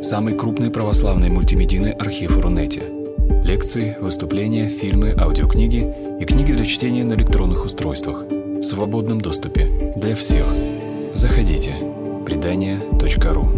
самый крупный православный мультимедийный архив Рунете. Лекции, выступления, фильмы, аудиокниги и книги для чтения на электронных устройствах в свободном доступе для всех. Заходите. Предания.ру.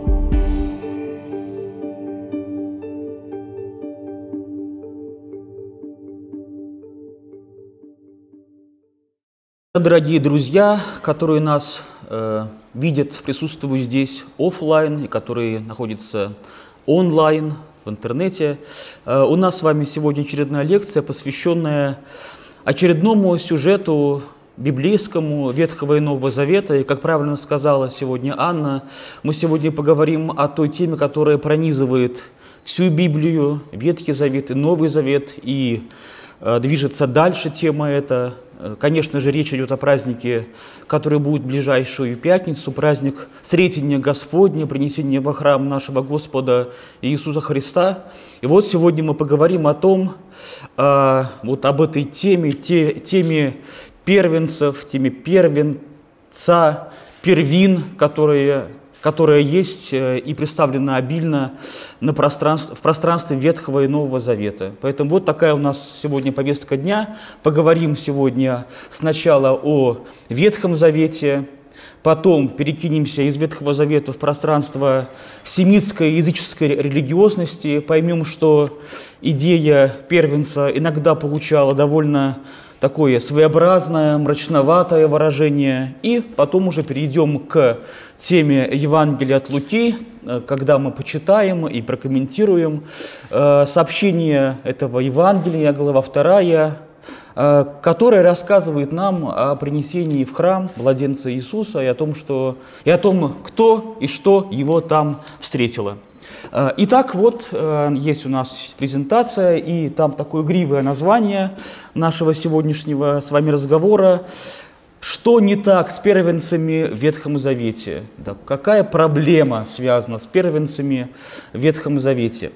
Дорогие друзья, которые нас видят, присутствуют здесь офлайн и которые находятся онлайн в интернете, у нас с вами сегодня очередная лекция, посвященная очередному сюжету библейскому Ветхого и Нового Завета. И, как правильно сказала сегодня Анна, мы сегодня поговорим о той теме, которая пронизывает всю Библию, Ветхий Завет и Новый Завет, и движется дальше тема эта. Конечно же, речь идет о празднике, который будет в ближайшую пятницу, праздник Сретения Господня, принесения во храм нашего Господа Иисуса Христа. И вот сегодня мы поговорим о том, вот об этой теме, теме первенцев, теме первенца, первин, которая есть и представлена обильно в пространстве Ветхого и Нового Завета. Поэтому вот такая у нас сегодня повестка дня. Поговорим сегодня сначала о Ветхом Завете, потом перекинемся из Ветхого Завета в пространство семитской языческой религиозности, поймем, что идея первенца иногда получала довольно такое своеобразное, мрачноватое выражение. И потом уже перейдем к теме Евангелия от Луки, когда мы почитаем и прокомментируем сообщение этого Евангелия, глава 2, которая рассказывает нам о принесении в храм младенца Иисуса и о том, кто и что его там встретило. Итак, вот есть у нас презентация, и там такое игривое название нашего сегодняшнего с вами разговора. Что не так с первенцами в Ветхом Завете? Да, какая проблема связана с первенцами в Ветхом Завете?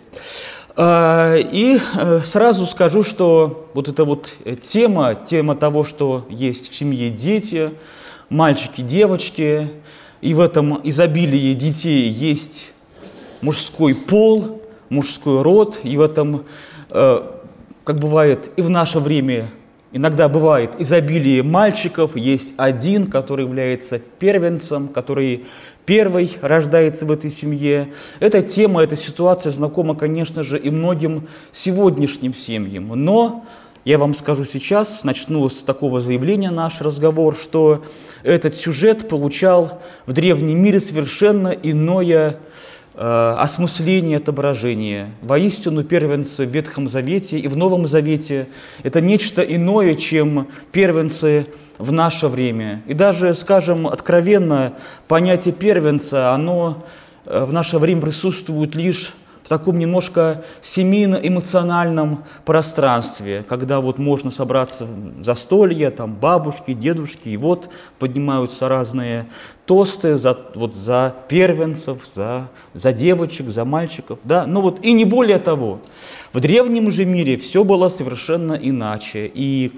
И сразу скажу, что вот эта вот тема того, что есть в семье дети, мальчики, девочки, и в этом изобилии детей есть мужской пол, мужской род, и в этом, как бывает и в наше время, иногда бывает изобилие мальчиков, есть один, который является первенцем, который первый рождается в этой семье. Эта тема, эта ситуация знакома, конечно же, и многим сегодняшним семьям. Но я вам скажу сейчас, начну с такого заявления наш разговор, что этот сюжет получал в древнем мире совершенно иное осмысление, отображение. Воистину, первенцы в Ветхом Завете и в Новом Завете – это нечто иное, чем первенцы в наше время. И даже, скажем откровенно, понятие первенца, оно в наше время присутствует лишь в таком немножко семейно-эмоциональном пространстве, когда вот можно собраться в застолье, там бабушки, дедушки, и вот поднимаются разные тосты за первенцев, за девочек, за мальчиков, да, ну вот и не более того. В древнем же мире все было совершенно иначе, и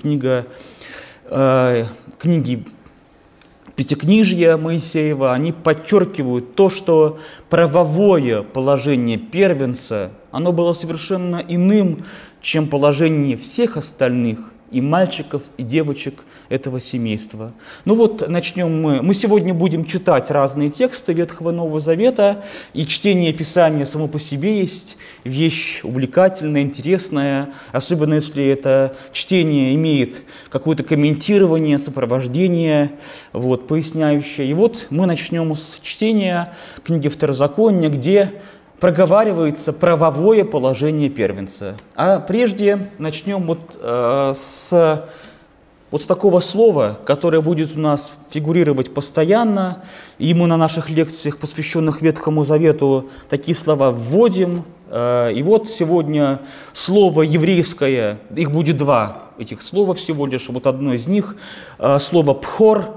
книги Пятикнижья Моисеева, они подчеркивают то, что правовое положение первенца, оно было совершенно иным, чем положение всех остальных, и мальчиков, и девочек этого семейства. Ну вот, начнем мы. Мы сегодня будем читать разные тексты Ветхого и Нового Завета, и чтение Писания само по себе есть вещь увлекательная, интересная, особенно если это чтение имеет какое-то комментирование, сопровождение, вот, поясняющее. И вот мы начнем с чтения книги Второзакония, где проговаривается правовое положение первенца. А прежде начнем с такого слова, которое будет у нас фигурировать постоянно, и мы на наших лекциях, посвященных Ветхому Завету, такие слова вводим. И вот сегодня слово еврейское, их будет два этих слова всего лишь, вот одно из них, слово «пхор»,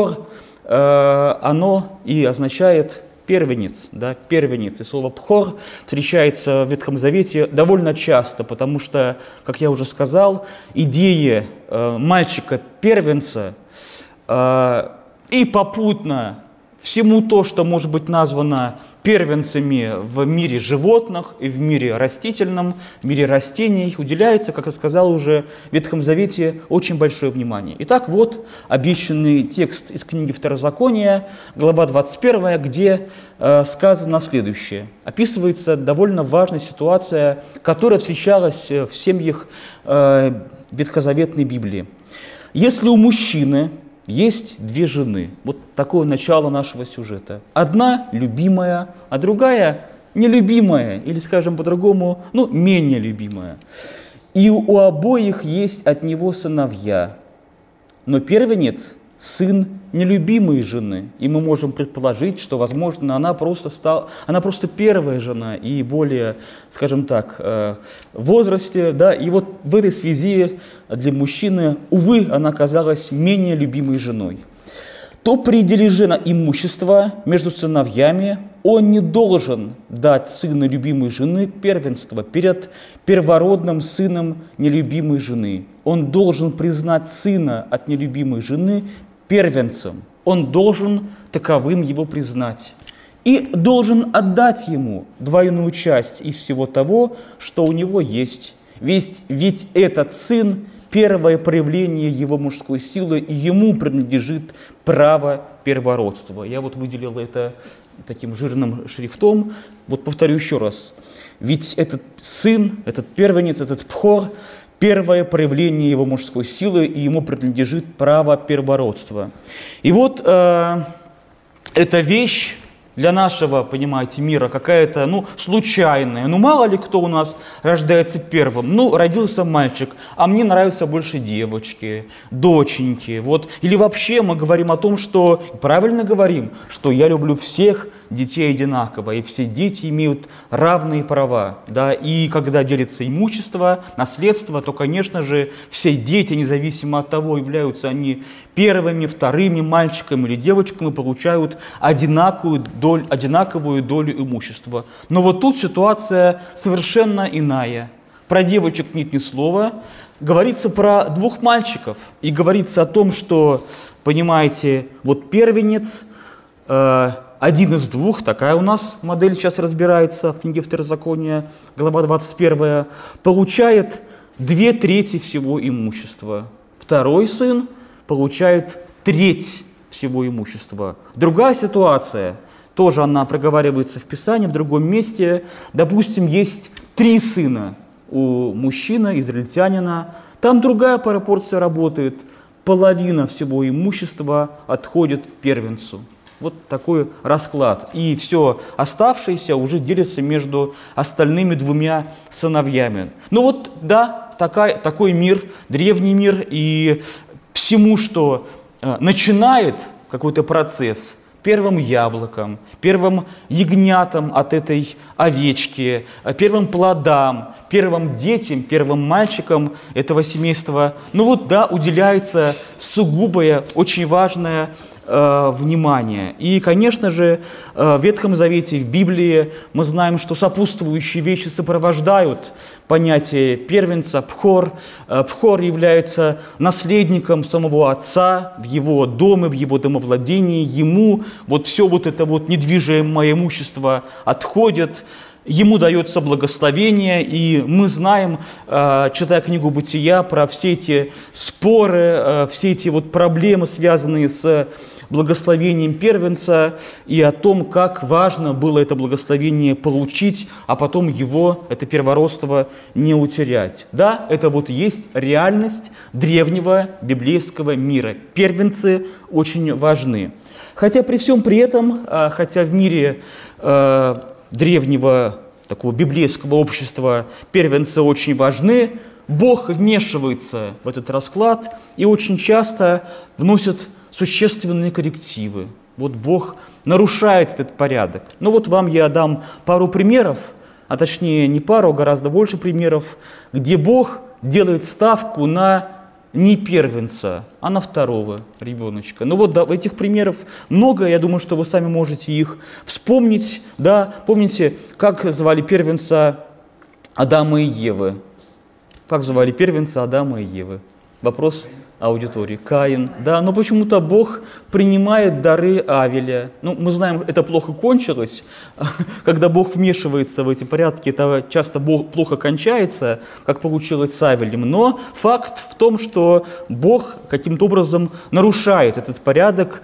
оно и означает первенец, да, первенец. И слово «пхор» встречается в Ветхом Завете довольно часто, потому что, как я уже сказал, идея мальчика-первенца и попутно всему то, что может быть названо первенцами в мире животных и в мире растительном, в мире растений, уделяется, как я сказал уже, в Ветхом Завете очень большое внимание. Итак, вот обещанный текст из книги Второзакония, глава 21, где сказано следующее. Описывается довольно важная ситуация, которая встречалась в семьях ветхозаветной Библии. Если у мужчины есть две жены, вот такое начало нашего сюжета. Одна любимая, а другая нелюбимая, или, скажем по-другому, менее любимая. И у обоих есть от него сыновья, но первенец – сын нелюбимой жены. И мы можем предположить, что, возможно, она просто первая жена и более, скажем так, в возрасте. Да? И вот в этой связи для мужчины, увы, она оказалась менее любимой женой. То при дележе на имущество между сыновьями он не должен дать сыну любимой жены первенство перед первородным сыном нелюбимой жены. Он должен признать сына от нелюбимой жены первенцем. Он должен таковым его признать. И должен отдать ему двойную часть из всего того, что у него есть. Ведь этот сын – первое проявление его мужской силы, и ему принадлежит право первородства. Я вот выделил это таким жирным шрифтом. Вот повторю еще раз. Ведь этот сын, этот первенец, этот пхор – первое проявление его мужской силы, и ему принадлежит право первородства. И вот эта вещь для нашего, понимаете, мира какая-то, случайная. Мало ли кто у нас рождается первым. Родился мальчик, а мне нравятся больше девочки, доченьки. Вот. Или вообще мы говорим о том, что, правильно говорим, что я люблю всех детей одинаково, и все дети имеют равные права. Да? И когда делится имущество, наследство, то, конечно же, все дети, независимо от того, являются они первыми, вторыми мальчиками или девочками, получают одинаковую долю имущества. Но вот тут ситуация совершенно иная. Про девочек нет ни слова. Говорится про двух мальчиков. И говорится о том, что, понимаете, вот первенец, один из двух, такая у нас модель сейчас разбирается в книге Второзакония, глава 21, получает 2/3 всего имущества. Второй сын получает 1/3 всего имущества. Другая ситуация, тоже она проговаривается в Писании, в другом месте. Допустим, есть 3 сына у мужчины, израильтянина. Там другая пропорция работает. Половина всего имущества отходит первенцу. Вот такой расклад. И все оставшееся уже делится между остальными 2 сыновьями. Такой мир, древний мир, и всему, что начинает какой-то процесс, первым яблоком, первым ягнятам от этой овечки, первым плодам, первым детям, первым мальчикам этого семейства, уделяется сугубое, очень важное внимание. И, конечно же, в Ветхом Завете, в Библии мы знаем, что сопутствующие вещи сопровождают понятие первенца, пхор. Пхор является наследником самого отца в его доме, в его домовладении. Ему все это недвижимое имущество отходит. Ему дается благословение, и мы знаем, читая книгу Бытия, про все эти споры, все эти проблемы, связанные с благословением первенца, и о том, как важно было это благословение получить, а потом его, это первородство, не утерять. Да, это есть реальность древнего библейского мира. Первенцы очень важны. Хотя при всем при этом, хотя в мире древнего такого библейского общества первенцы очень важны, Бог вмешивается в этот расклад и очень часто вносит существенные коррективы. Бог нарушает этот порядок. Вам я дам пару примеров, а точнее не пару, а гораздо больше примеров, где Бог делает ставку на не первенца, а на второго ребеночка. Этих примеров много, я думаю, что вы сами можете их вспомнить. Да? Помните, как звали первенца Адама и Евы? Как звали первенца Адама и Евы? Вопрос? аудитории? Каин, да, но почему-то Бог принимает дары Авеля. Ну, мы знаем, это плохо кончилось. Когда Бог вмешивается в эти порядки, это часто плохо кончается, как получилось с Авелем. Но факт в том, что Бог каким-то образом нарушает этот порядок,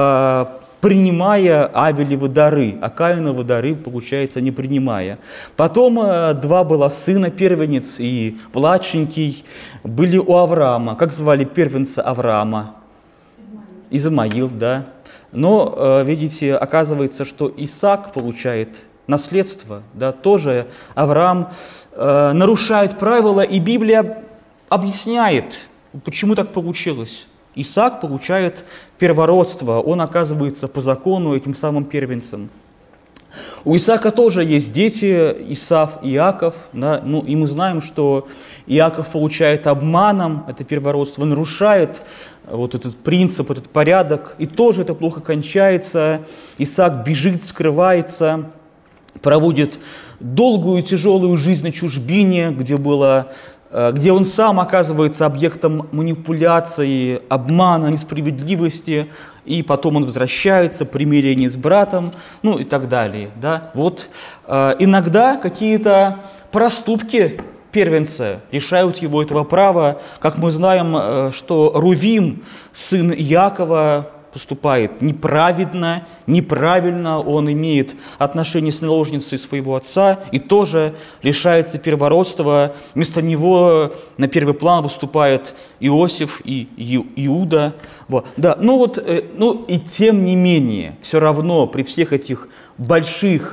принимая Авелевы дары, а Каиновы дары, получается, не принимая. Потом два было сына, первенец и младшенький, были у Авраама. Как звали первенца Авраама? Измаил, да. Но, видите, оказывается, что Исаак получает наследство, да, тоже Авраам нарушает правила, и Библия объясняет, почему так получилось. Исаак получает первородство, он оказывается по закону этим самым первенцем. У Исаака тоже есть дети, Исав и Иаков, да? Ну, и мы знаем, что Иаков получает обманом это первородство, нарушает вот этот принцип, этот порядок, и тоже это плохо кончается. Исаак бежит, скрывается, проводит долгую тяжелую жизнь на чужбине, где он сам оказывается объектом манипуляции, обмана, несправедливости, и потом он возвращается, примирение с братом, ну и так далее. Да? Вот иногда какие-то проступки первенца лишают его этого права. Как мы знаем, что Рувим, сын Иакова, поступает неправедно, неправильно, он имеет отношение с наложницей своего отца и тоже лишается первородства. Вместо него на первый план выступает Иосиф и Иуда. Вот. Да, ну и тем не менее, все равно при всех этих больших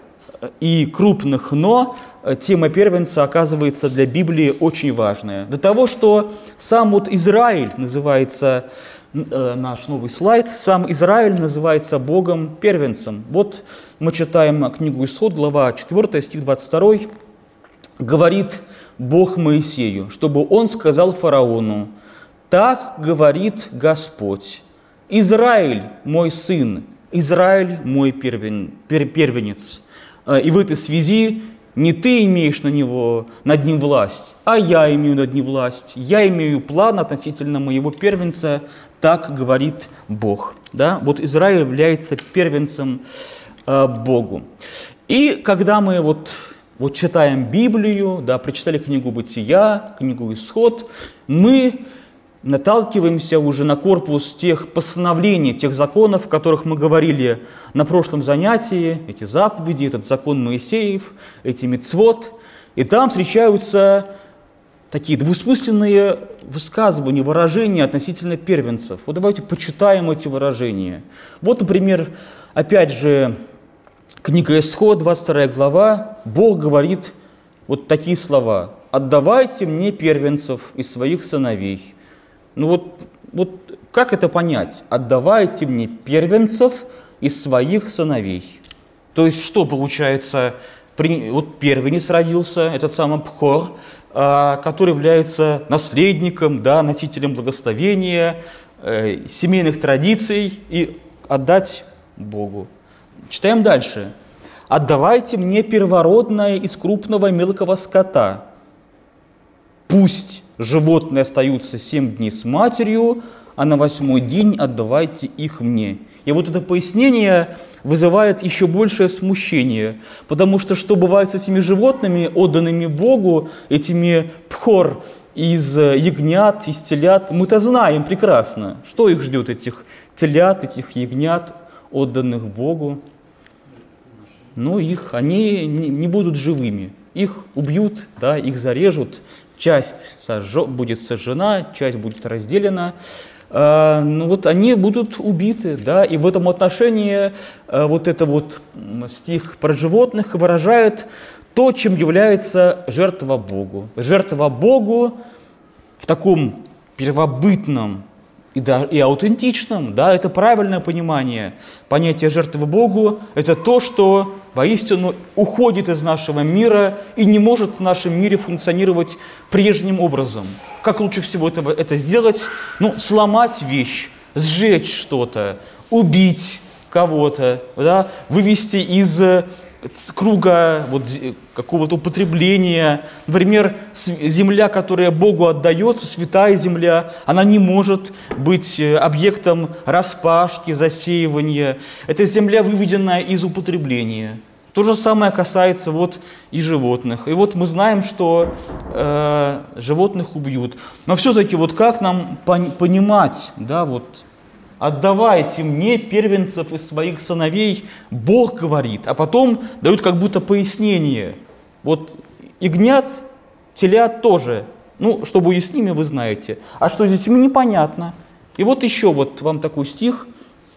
и крупных «но» тема первенца оказывается для Библии очень важная. До того, что сам вот Израиль называется, наш новый слайд, сам Израиль называется Богом первенцем. Вот мы читаем книгу Исход, глава 4, стих 22. Говорит Бог Моисею, чтобы он сказал фараону: «Так говорит Господь, Израиль мой сын, Израиль мой первенец». И в этой связи не ты имеешь над ним власть, а я имею над ним власть. Я имею план относительно моего первенца, так говорит Бог. Да? Вот Израиль является первенцем Богу. И когда мы вот читаем Библию, да, прочитали книгу Бытия, книгу Исход, мы наталкиваемся уже на корпус тех постановлений, тех законов, о которых мы говорили на прошлом занятии, эти заповеди, этот закон Моисеев, эти мицвот, и там встречаются такие двусмысленные высказывания, выражения относительно первенцев. Вот давайте почитаем эти выражения. Вот, например, опять же, книга Исход, 22 глава, Бог говорит вот такие слова: «Отдавайте мне первенцев из своих сыновей». Ну вот как это понять? «Отдавайте мне первенцев из своих сыновей». То есть что получается? Вот первенец родился, этот самый Пхор, который является наследником, да, носителем благословения, семейных традиций, и отдать Богу. Читаем дальше. «Отдавайте мне первородное из крупного мелкого скота. Пусть животные остаются 7 дней с матерью, а на 8-й день отдавайте их мне». И вот это пояснение вызывает еще большее смущение, потому что бывает с этими животными, отданными Богу, этими пхор из ягнят, из телят? Мы-то знаем прекрасно, что их ждет, этих телят, этих ягнят, отданных Богу. Но они не будут живыми, их убьют, да, их зарежут, часть будет сожжена, часть будет разделена. Ну вот они будут убиты, да, и в этом отношении вот это вот стих про животных выражает то, чем является жертва Богу. Жертва Богу в таком первобытном и аутентичном, да, это правильное понимание. Понятие жертвы Богу – это то, что воистину уходит из нашего мира и не может в нашем мире функционировать прежним образом. Как лучше всего это сделать? Ну, сломать вещь, сжечь что-то, убить кого-то, да, вывести из круга вот, какого-то употребления. Например, земля, которая Богу отдается, святая земля, она не может быть объектом распашки, засеивания. Это земля, выведенная из употребления. То же самое касается вот и животных. И вот мы знаем, что животных убьют. Но все-таки вот как нам понимать, да, вот, отдавайте мне первенцев из своих сыновей, Бог говорит, а потом дают как будто пояснение. Вот ягнят, телят тоже. Ну, что будет с ними, вы знаете. А что с детьми, непонятно. И вот еще вот вам такой стих,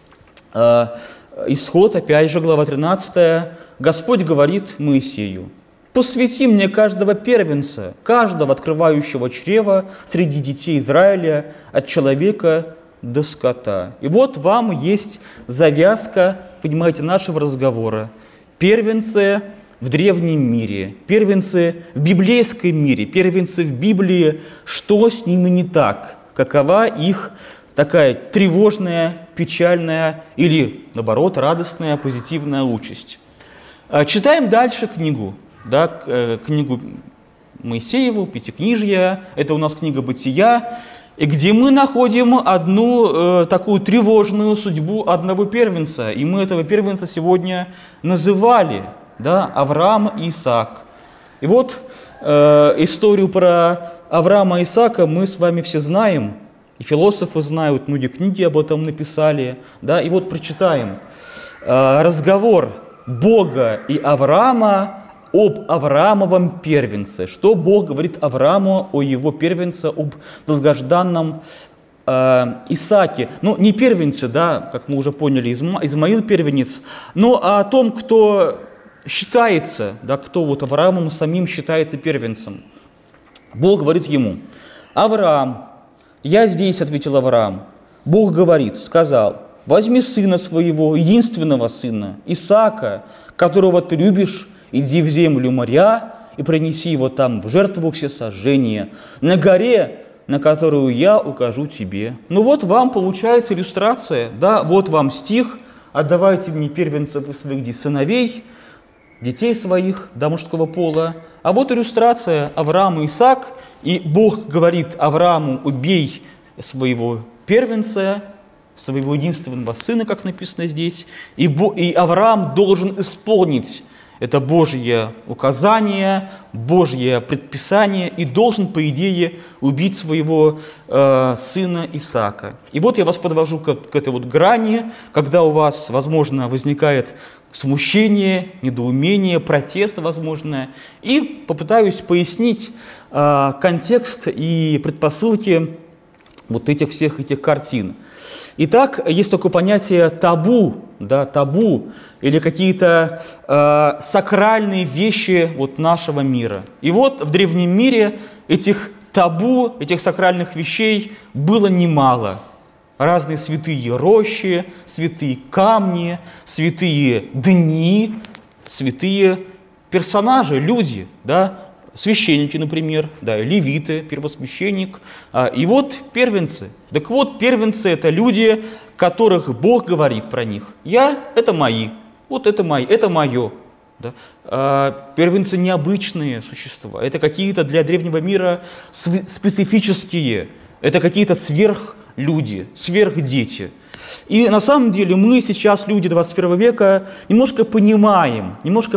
Исход, опять же, глава 13. Господь говорит Моисею: «Посвяти мне каждого первенца, каждого открывающего чрева среди детей Израиля, от человека до скота». И вот вам есть завязка, понимаете, нашего разговора. Первенцы в древнем мире, первенцы в библейском мире, первенцы в Библии, что с ними не так, какова их такая тревожная, печальная или, наоборот, радостная, позитивная участь. Читаем дальше книгу, да, книгу Моисееву, Пятикнижья, это у нас книга Бытия, где мы находим одну такую тревожную судьбу одного первенца. И мы этого первенца сегодня называли, да, Авраам и Исаак. И вот историю про Авраама и Исаака мы с вами все знаем, и философы знают, многие книги об этом написали. Да, и вот прочитаем разговор Бога и Авраама об Авраамовом первенце. Что Бог говорит Аврааму о его первенце, об долгожданном Исааке. Ну, не первенце, да, как мы уже поняли, Измаил первенец, но о том, кто считается, да, кто вот Авраамом самим считается первенцем. Бог говорит ему: «Авраам, я здесь», — ответил Авраам. Бог говорит, сказал: «Возьми сына своего, единственного сына, Исаака, которого ты любишь, иди в землю моря и принеси его там в жертву всесожжения, на горе, на которую я укажу тебе». Ну вот вам получается иллюстрация, да, вот вам стих: «Отдавайте мне первенцев из своих сыновей, детей своих, да, мужского пола». А вот иллюстрация: Авраам и Исаак, и Бог говорит Аврааму: «Убей своего первенца, своего единственного сына», как написано здесь, и Авраам должен исполнить это Божье указание, Божье предписание, и должен, по идее, убить своего сына Исаака. И вот я вас подвожу к этой вот грани, когда у вас, возможно, возникает смущение, недоумение, протест, возможно, и попытаюсь пояснить контекст и предпосылки вот этих всех этих картин. Итак, есть такое понятие табу, да, табу, или какие-то сакральные вещи вот нашего мира. И вот в древнем мире этих табу, этих сакральных вещей было немало. Разные святые рощи, святые камни, святые дни, святые персонажи, люди, да, священники, например, да, левиты, первосвященник, и вот первенцы. Так вот, первенцы – это люди, которых Бог говорит про них: «Я – это мои, вот это мои, это мое». Да. Первенцы – необычные существа, это какие-то для древнего мира специфические, это какие-то сверхлюди, сверхдети. И на самом деле мы сейчас, люди 21 века, немножко понимаем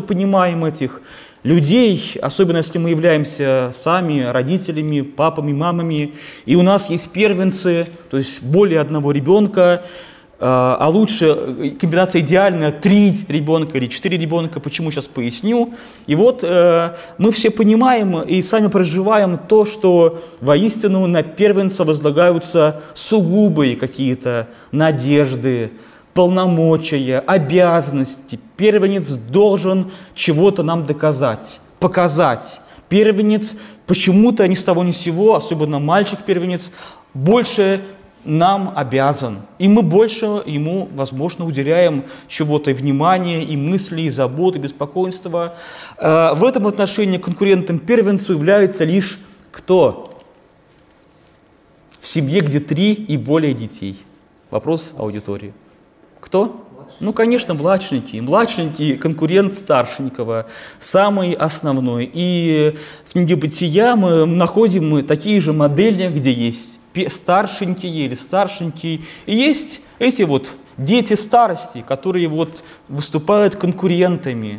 этих людей, особенно если мы являемся сами родителями, папами, мамами, и у нас есть первенцы, то есть более одного ребенка, а лучше, комбинация идеальная, 3 ребенка или 4 ребенка, почему, сейчас поясню. И вот мы все понимаем и сами проживаем то, что воистину на первенца возлагаются сугубые какие-то надежды, полномочия, обязанности. Первенец должен чего-то нам доказать, показать. Первенец почему-то ни с того ни с сего, особенно мальчик-первенец, больше нам обязан. И мы больше ему, возможно, уделяем чего-то и внимания, и мысли, и заботы, и беспокойства. В этом отношении конкурентом первенцу является лишь кто? В семье, где 3 и более детей. Вопрос аудитории. Кто? Ну, конечно, младшенький. Младшенький конкурент Старшенького, самый основной. И в книге «Бытия» мы находим такие же модели, где есть старшенькие или старшенькие. И есть эти вот дети старости, которые вот выступают конкурентами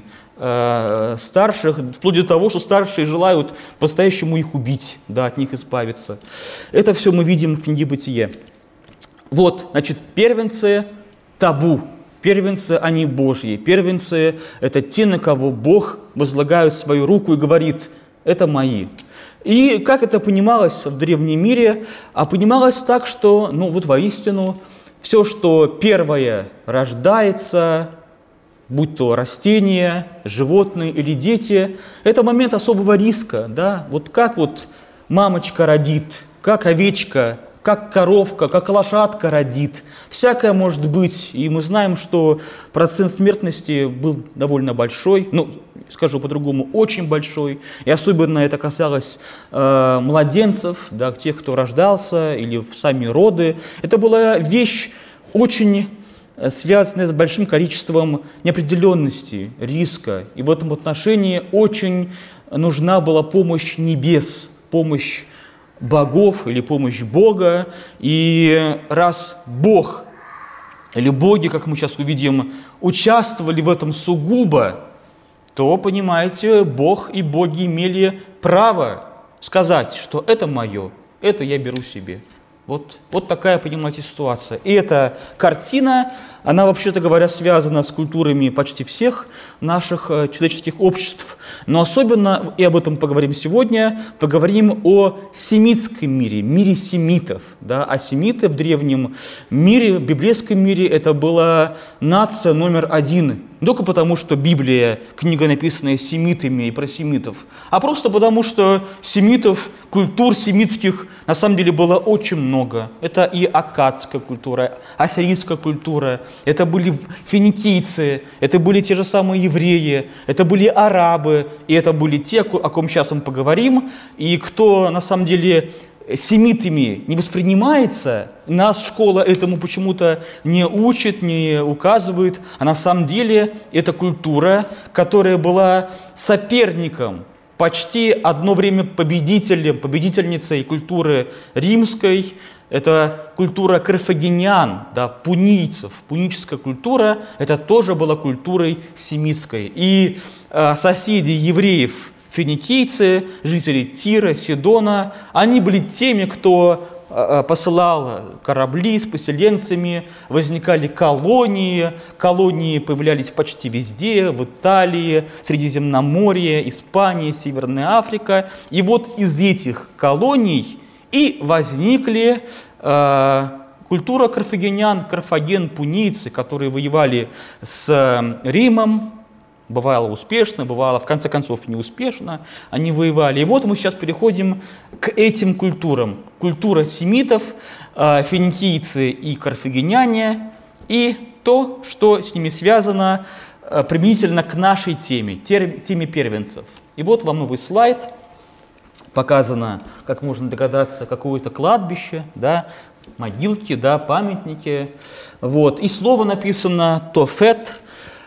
старших, вплоть до того, что старшие желают по-настоящему их убить, да, от них избавиться. Это все мы видим в книге «Бытие». Вот, значит, первенцы табу. Первенцы, они Божьи. Первенцы – это те, на кого Бог возлагает свою руку и говорит: это мои. И как это понималось в древнем мире? А понималось так, что, ну вот воистину, все, что первое рождается, будь то растения, животные или дети, это момент особого риска. Да? Вот как вот мамочка родит, как овечка, как коровка, как лошадка родит. Всякое может быть. И мы знаем, что процент смертности был довольно большой, ну, скажу по-другому, очень большой. И особенно это касалось младенцев, да, тех, кто рождался, или в сами роды. Это была вещь очень связанная с большим количеством неопределенности, риска. И в этом отношении очень нужна была помощь небес, помощь богов или помощь Бога. И раз Бог или боги, как мы сейчас увидим, участвовали в этом сугубо, то, понимаете, Бог и боги имели право сказать, что это мое, это я беру себе. Вот такая, понимаете, ситуация. И эта картина, она, вообще-то говоря, связана с культурами почти всех наших человеческих обществ. Но особенно, и об этом поговорим сегодня, поговорим о семитском мире, мире семитов. Да? А семиты в древнем мире, в библейском мире, это была нация номер один. Не только потому, что Библия, книга, написанная семитами и про семитов, а просто потому, что семитов, культур семитских на самом деле было очень много. Это и аккадская культура, ассирийская культура, это были финикийцы, это были те же самые евреи, это были арабы, и это были те, о ком сейчас мы поговорим, и кто на самом деле семитами не воспринимается, нас школа этому почему-то не учит, не указывает, а на самом деле это культура, которая была соперником, почти одно время победителем, победительницей культуры римской. Это культура карфагенян, да, пунийцев. Пуническая культура – это тоже была культурой семитской. И соседи евреев, финикийцы, жители Тира, Сидона, они были теми, кто посылал корабли с поселенцами, возникали колонии, колонии появлялись почти везде, в Италии, Средиземноморье, Испания, Северная Африка. И вот из этих колоний и возникли культура карфагенян, карфаген, пунийцы, которые воевали с Римом. Бывало успешно, бывало, в конце концов, неуспешно они воевали. И вот мы сейчас переходим к этим культурам. Культура семитов, финикийцы и карфагеняне, и то, что с ними связано применительно к нашей теме, теме первенцев. И вот вам новый слайд. Показано, как можно догадаться, какое-то кладбище, да, могилки, да, памятники. Вот. И слово написано «тофет»,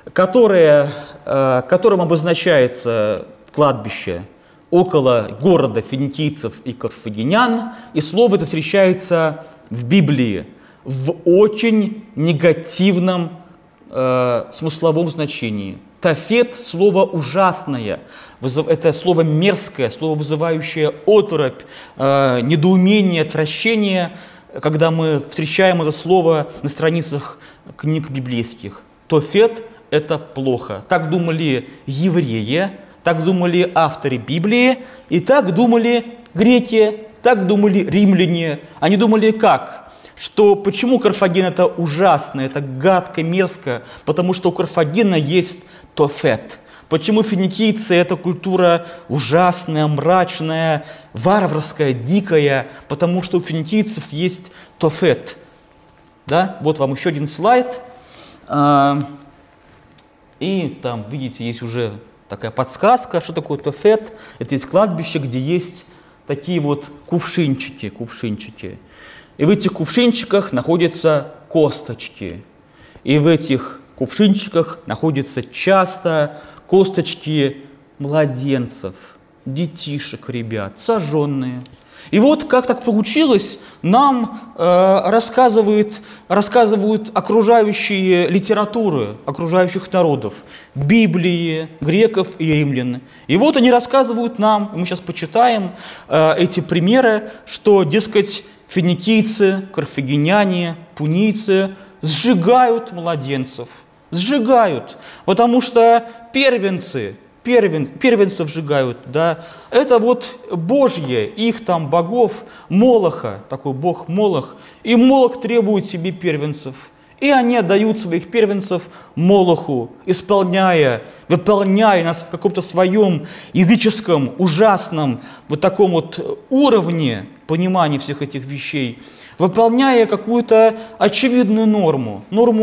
которым обозначается кладбище около города финикийцев и карфагенян, и слово это встречается в Библии в очень негативном смысловом значении. Тофет – слово ужасное, это слово мерзкое, слово, вызывающее оторопь, недоумение, отвращение, когда мы встречаем это слово на страницах книг библейских. Тофет – это плохо. Так думали евреи, так думали авторы Библии, и так думали греки, так думали римляне. Они думали как? Что почему Карфаген это ужасно, это гадко, мерзко? Потому что у Карфагена есть тофет. Почему финикийцы это культура ужасная, мрачная, варварская, дикая? Потому что у финикийцев есть тофет. Да? Вот вам еще один слайд. И там, видите, есть уже такая подсказка, что такое тофет. Это есть кладбище, где есть такие вот кувшинчики. И в этих кувшинчиках находятся косточки. И в этих кувшинчиках находятся часто косточки младенцев, детишек, ребят, сожженные. И вот как так получилось, нам рассказывают окружающие литературы окружающих народов, Библии, греков и римлян. И вот они рассказывают нам, мы сейчас почитаем эти примеры, что, дескать, финикийцы, карфагеняне, пунийцы сжигают младенцев, сжигают, потому что первенцев сжигают, да, это вот Божье, их там богов, Молоха, такой бог Молох, и Молох требует себе первенцев, и они отдают своих первенцев Молоху, выполняя нас в каком-то своем языческом, ужасном, вот таком вот уровне понимания всех этих вещей, выполняя какую-то очевидную норму,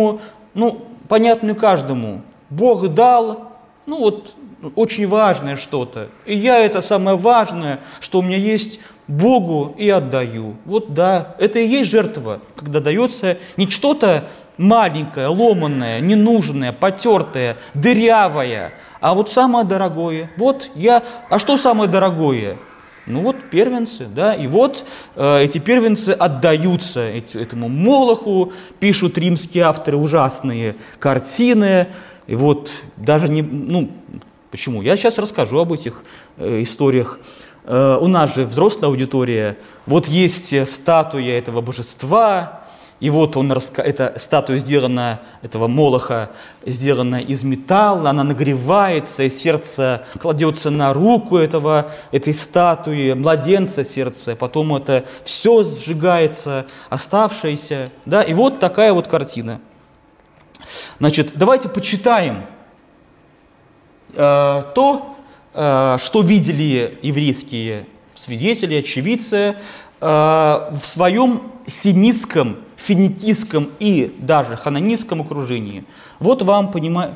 понятную каждому. Бог дал, очень важное что-то. И я это самое важное, что у меня есть, Богу и отдаю. Вот да, это и есть жертва, когда дается не что-то маленькое, ломаное, ненужное, потертое, дырявое, а вот самое дорогое. А что самое дорогое? Первенцы, да, и вот эти первенцы отдаются этому Молоху, пишут римские авторы ужасные картины, и вот даже почему? Я сейчас расскажу об этих историях. У нас же взрослая аудитория, вот есть статуя этого божества, и вот эта статуя сделана, этого Молоха, сделана из металла, она нагревается, и сердце кладется на руку этой статуи, младенца сердце, потом это все сжигается, оставшееся, да, и вот такая вот картина. Значит, давайте почитаем то, что видели еврейские свидетели, очевидцы в своем семитском, финикийском и даже хананейском окружении. Вот вам,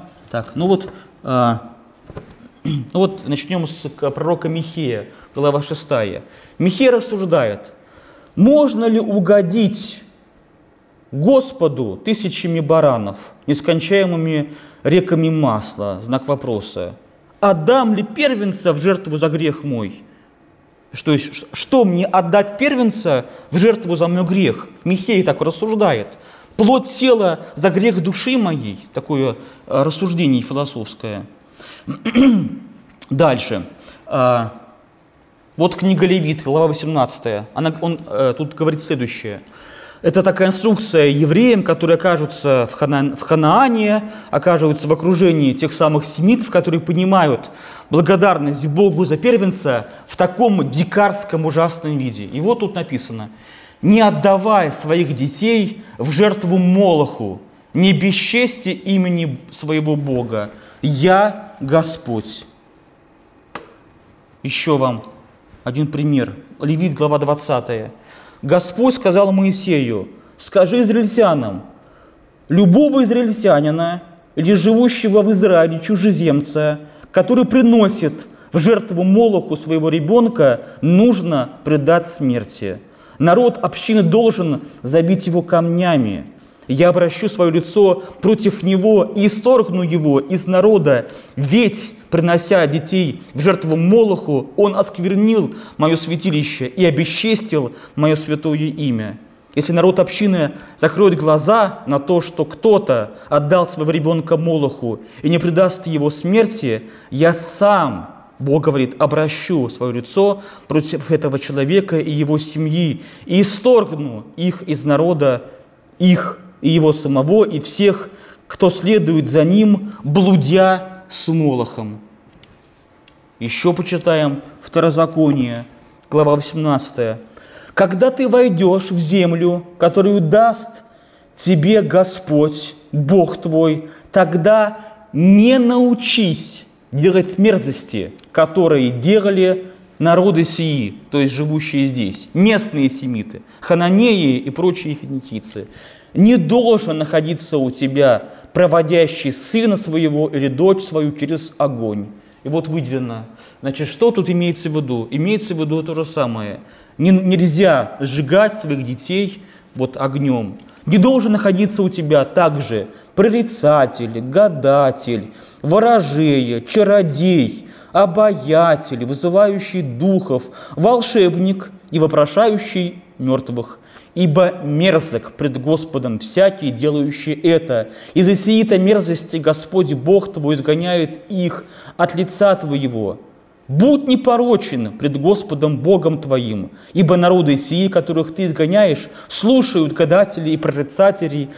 начнем с пророка Михея, глава 6. Михей рассуждает: можно ли угодить Господу тысячами баранов, нескончаемыми реками масла? Знак вопроса. Отдам ли первенца в жертву за грех мой? Что мне отдать первенца в жертву за мой грех? Михей так рассуждает. Плоть тела за грех души моей. Такое рассуждение философское. Дальше. Вот книга Левит, глава 18. Он тут говорит следующее. Это такая инструкция евреям, которые окажутся в Ханаане, окажутся в окружении тех самых семитов, которые понимают благодарность Богу за первенца в таком дикарском ужасном виде. И вот тут написано: «Не отдавай своих детей в жертву Молоху, не бесчести имени своего Бога. Я Господь». Еще вам один пример. Левит, глава 20. Господь сказал Моисею: «Скажи израильтянам, любого израильтянина или живущего в Израиле чужеземца, который приносит в жертву Молоху своего ребенка, нужно предать смерти. Народ общины должен забить его камнями. Я обращу свое лицо против него и исторгну его из народа, ведь, принося детей в жертву Молоху, он осквернил мое святилище и обесчестил мое святое имя. Если народ общины закроет глаза на то, что кто-то отдал своего ребенка Молоху и не предаст его смерти, я сам, Бог говорит, обращу свое лицо против этого человека и его семьи и исторгну их из народа, их и его самого, и всех, кто следует за ним, блудя с Молохом». Еще почитаем Второзаконие, глава 18. «Когда ты войдешь в землю, которую даст тебе Господь, Бог твой, тогда не научись делать мерзости, которые делали народы сии», то есть живущие здесь, местные семиты, хананеи и прочие финикийцы. «Не должен находиться у тебя проводящий сына своего или дочь свою через огонь». И вот выделено. Значит, что тут имеется в виду? Имеется в виду то же самое. Нельзя сжигать своих детей огнем. Не должен находиться у тебя также прорицатель, гадатель, ворожея, чародей, обаятель, вызывающий духов, волшебник и вопрошающий мертвых. Ибо мерзок пред Господом всякий, делающий это. Из-за сии-то мерзости Господь Бог твой изгоняет их от лица твоего. Будь непорочен пред Господом Богом твоим, ибо народы сии, которых ты изгоняешь, слушают гадателей и прорицателей,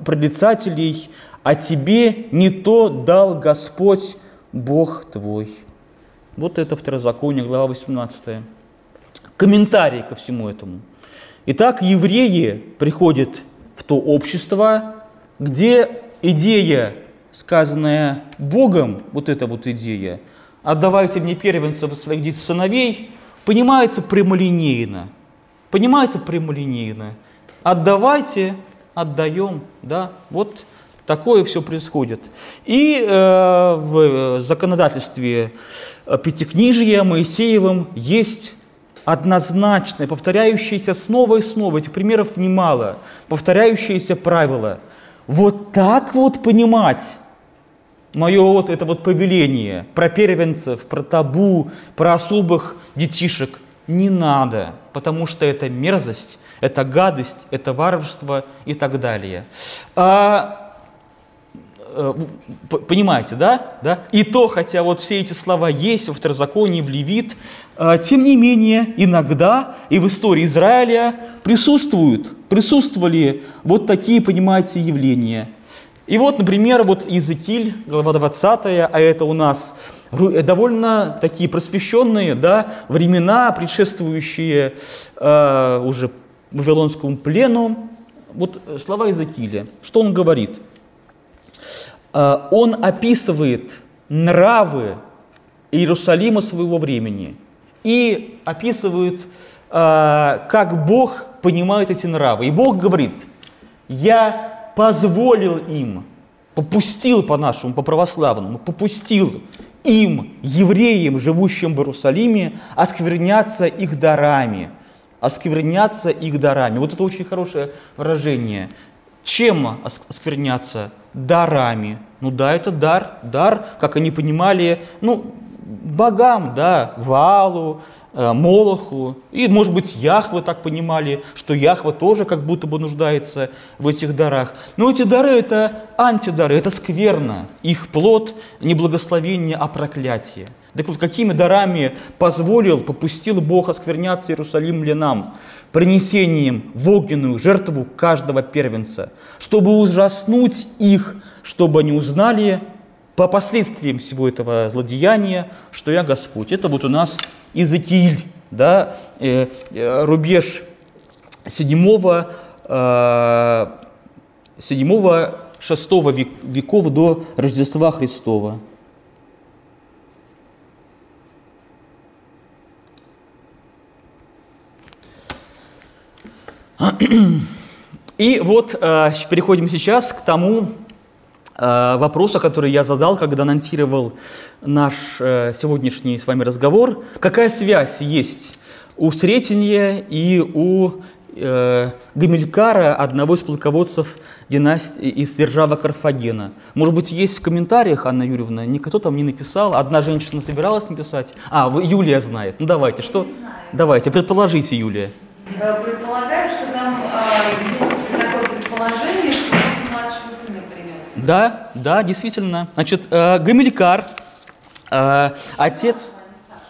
а тебе не то дал Господь Бог твой. Вот это Второзаконие, глава 18. Комментарий ко всему этому. Итак, евреи приходят в то общество, где идея, сказанная Богом, вот эта вот идея, «отдавайте мне первенцев своих сыновей», понимается прямолинейно. Понимаете прямолинейно. Отдавайте, отдаем, да, вот такое все происходит. И в законодательстве Пятикнижия Моисеевым есть однозначное, повторяющееся снова и снова, этих примеров немало, повторяющееся правило. Вот так вот понимать мое вот это вот повеление про первенцев, про табу, про особых детишек не надо, потому что это мерзость, это гадость, это варварство и так далее. Понимаете, да? И то, хотя вот все эти слова есть во Второзаконии, в Левит, тем не менее, иногда и в истории Израиля присутствовали вот такие, понимаете, явления. И вот, например, вот Иезекииль, глава 20, а это у нас довольно такие просвещенные, да, времена, предшествующие уже Вавилонскому плену. Вот слова Иезекииля. Что он говорит? Он описывает нравы Иерусалима своего времени и описывает, как Бог понимает эти нравы. И Бог говорит: «Я позволил им», попустил по-нашему, по-православному, попустил им, евреям, живущим в Иерусалиме, оскверняться их дарами. Оскверняться их дарами. Вот это очень хорошее выражение. Чем оскверняться? Дарами. Ну да, это дар, как они понимали, богам, да, Ваалу, Молоху, и, может быть, Яхве так понимали, что Яхве тоже как будто бы нуждается в этих дарах. Но эти дары – это антидары, это скверно, их плод не благословение, а проклятие. Так вот, какими дарами попустил Бог оскверняться Иерусалимлянам? Принесением в огненную жертву каждого первенца, чтобы ужаснуть их, чтобы они узнали по последствиям всего этого злодеяния, что я Господь. Это вот у нас Иезекииль, да, рубеж 7-6 веков до Рождества Христова. И вот переходим сейчас к тому вопросу, который я задал, когда анонсировал наш сегодняшний с вами разговор. Какая связь есть у Сретения и у Гамилькара, одного из полководцев династии из державы Карфагена? Может быть, есть в комментариях, Анна Юрьевна, никто там не написал, одна женщина собиралась написать. Юлия знает. Ну давайте, что? Давайте, предположите, Юлия. Предполагаю, что там есть такое предположение, что он младшего сына принес. Да, действительно. Значит, Гамилькар, отец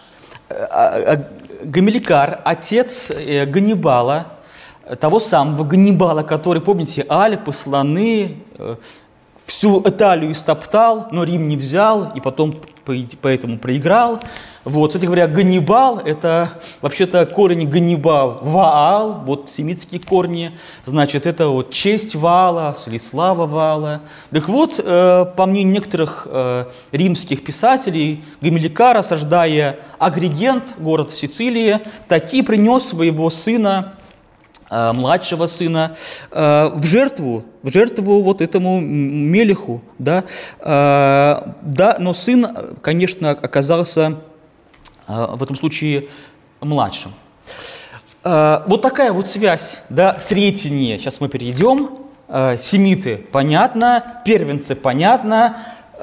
Ганнибала, того самого Ганнибала, который, помните, Альпы, слоны, всю Италию истоптал, но Рим не взял, и потом поэтому проиграл. Вот, кстати говоря, Ганнибал – это вообще-то корень Ганнибал, Ваал, вот семитские корни, значит, это вот честь Ваала или слава Ваала. Так вот, по мнению некоторых римских писателей, Гамилькар, осаждая Агригент, город в Сицилии, таки принес своего сына, младшего сына, в жертву вот этому Мелеху, да, но сын, конечно, оказался в этом случае младшим. Вот такая вот связь, да, Сретения. Сейчас мы перейдем семиты понятно, первенцы понятно,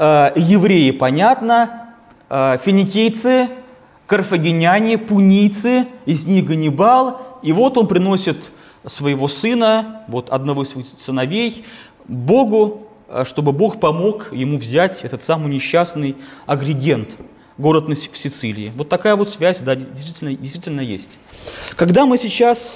евреи понятно, финикийцы, карфагеняне, пунийцы, из них Ганнибал. И вот он приносит своего сына, вот одного из своих сыновей, Богу, чтобы Бог помог ему взять этот самый несчастный Агригент, город в Сицилии. Вот такая вот связь, да, действительно есть. Когда мы сейчас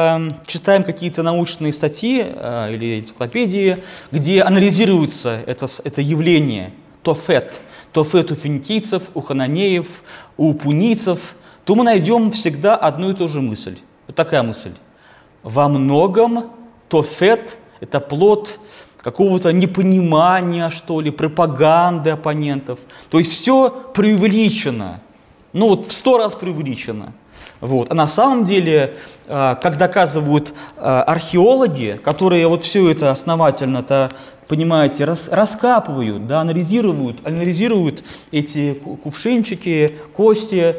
читаем какие-то научные статьи или энциклопедии, где анализируется это явление, тофет у финикийцев, у хананеев, у пунийцев, то мы найдем всегда одну и ту же мысль. Вот такая мысль. Во многом тофет – это плод какого-то непонимания, что ли, пропаганды оппонентов. То есть все преувеличено, ну вот в 100 раз преувеличено. Вот. А на самом деле, как доказывают археологи, которые вот все это основательно-то, понимаете, раскапывают, да, анализируют эти кувшинчики, кости,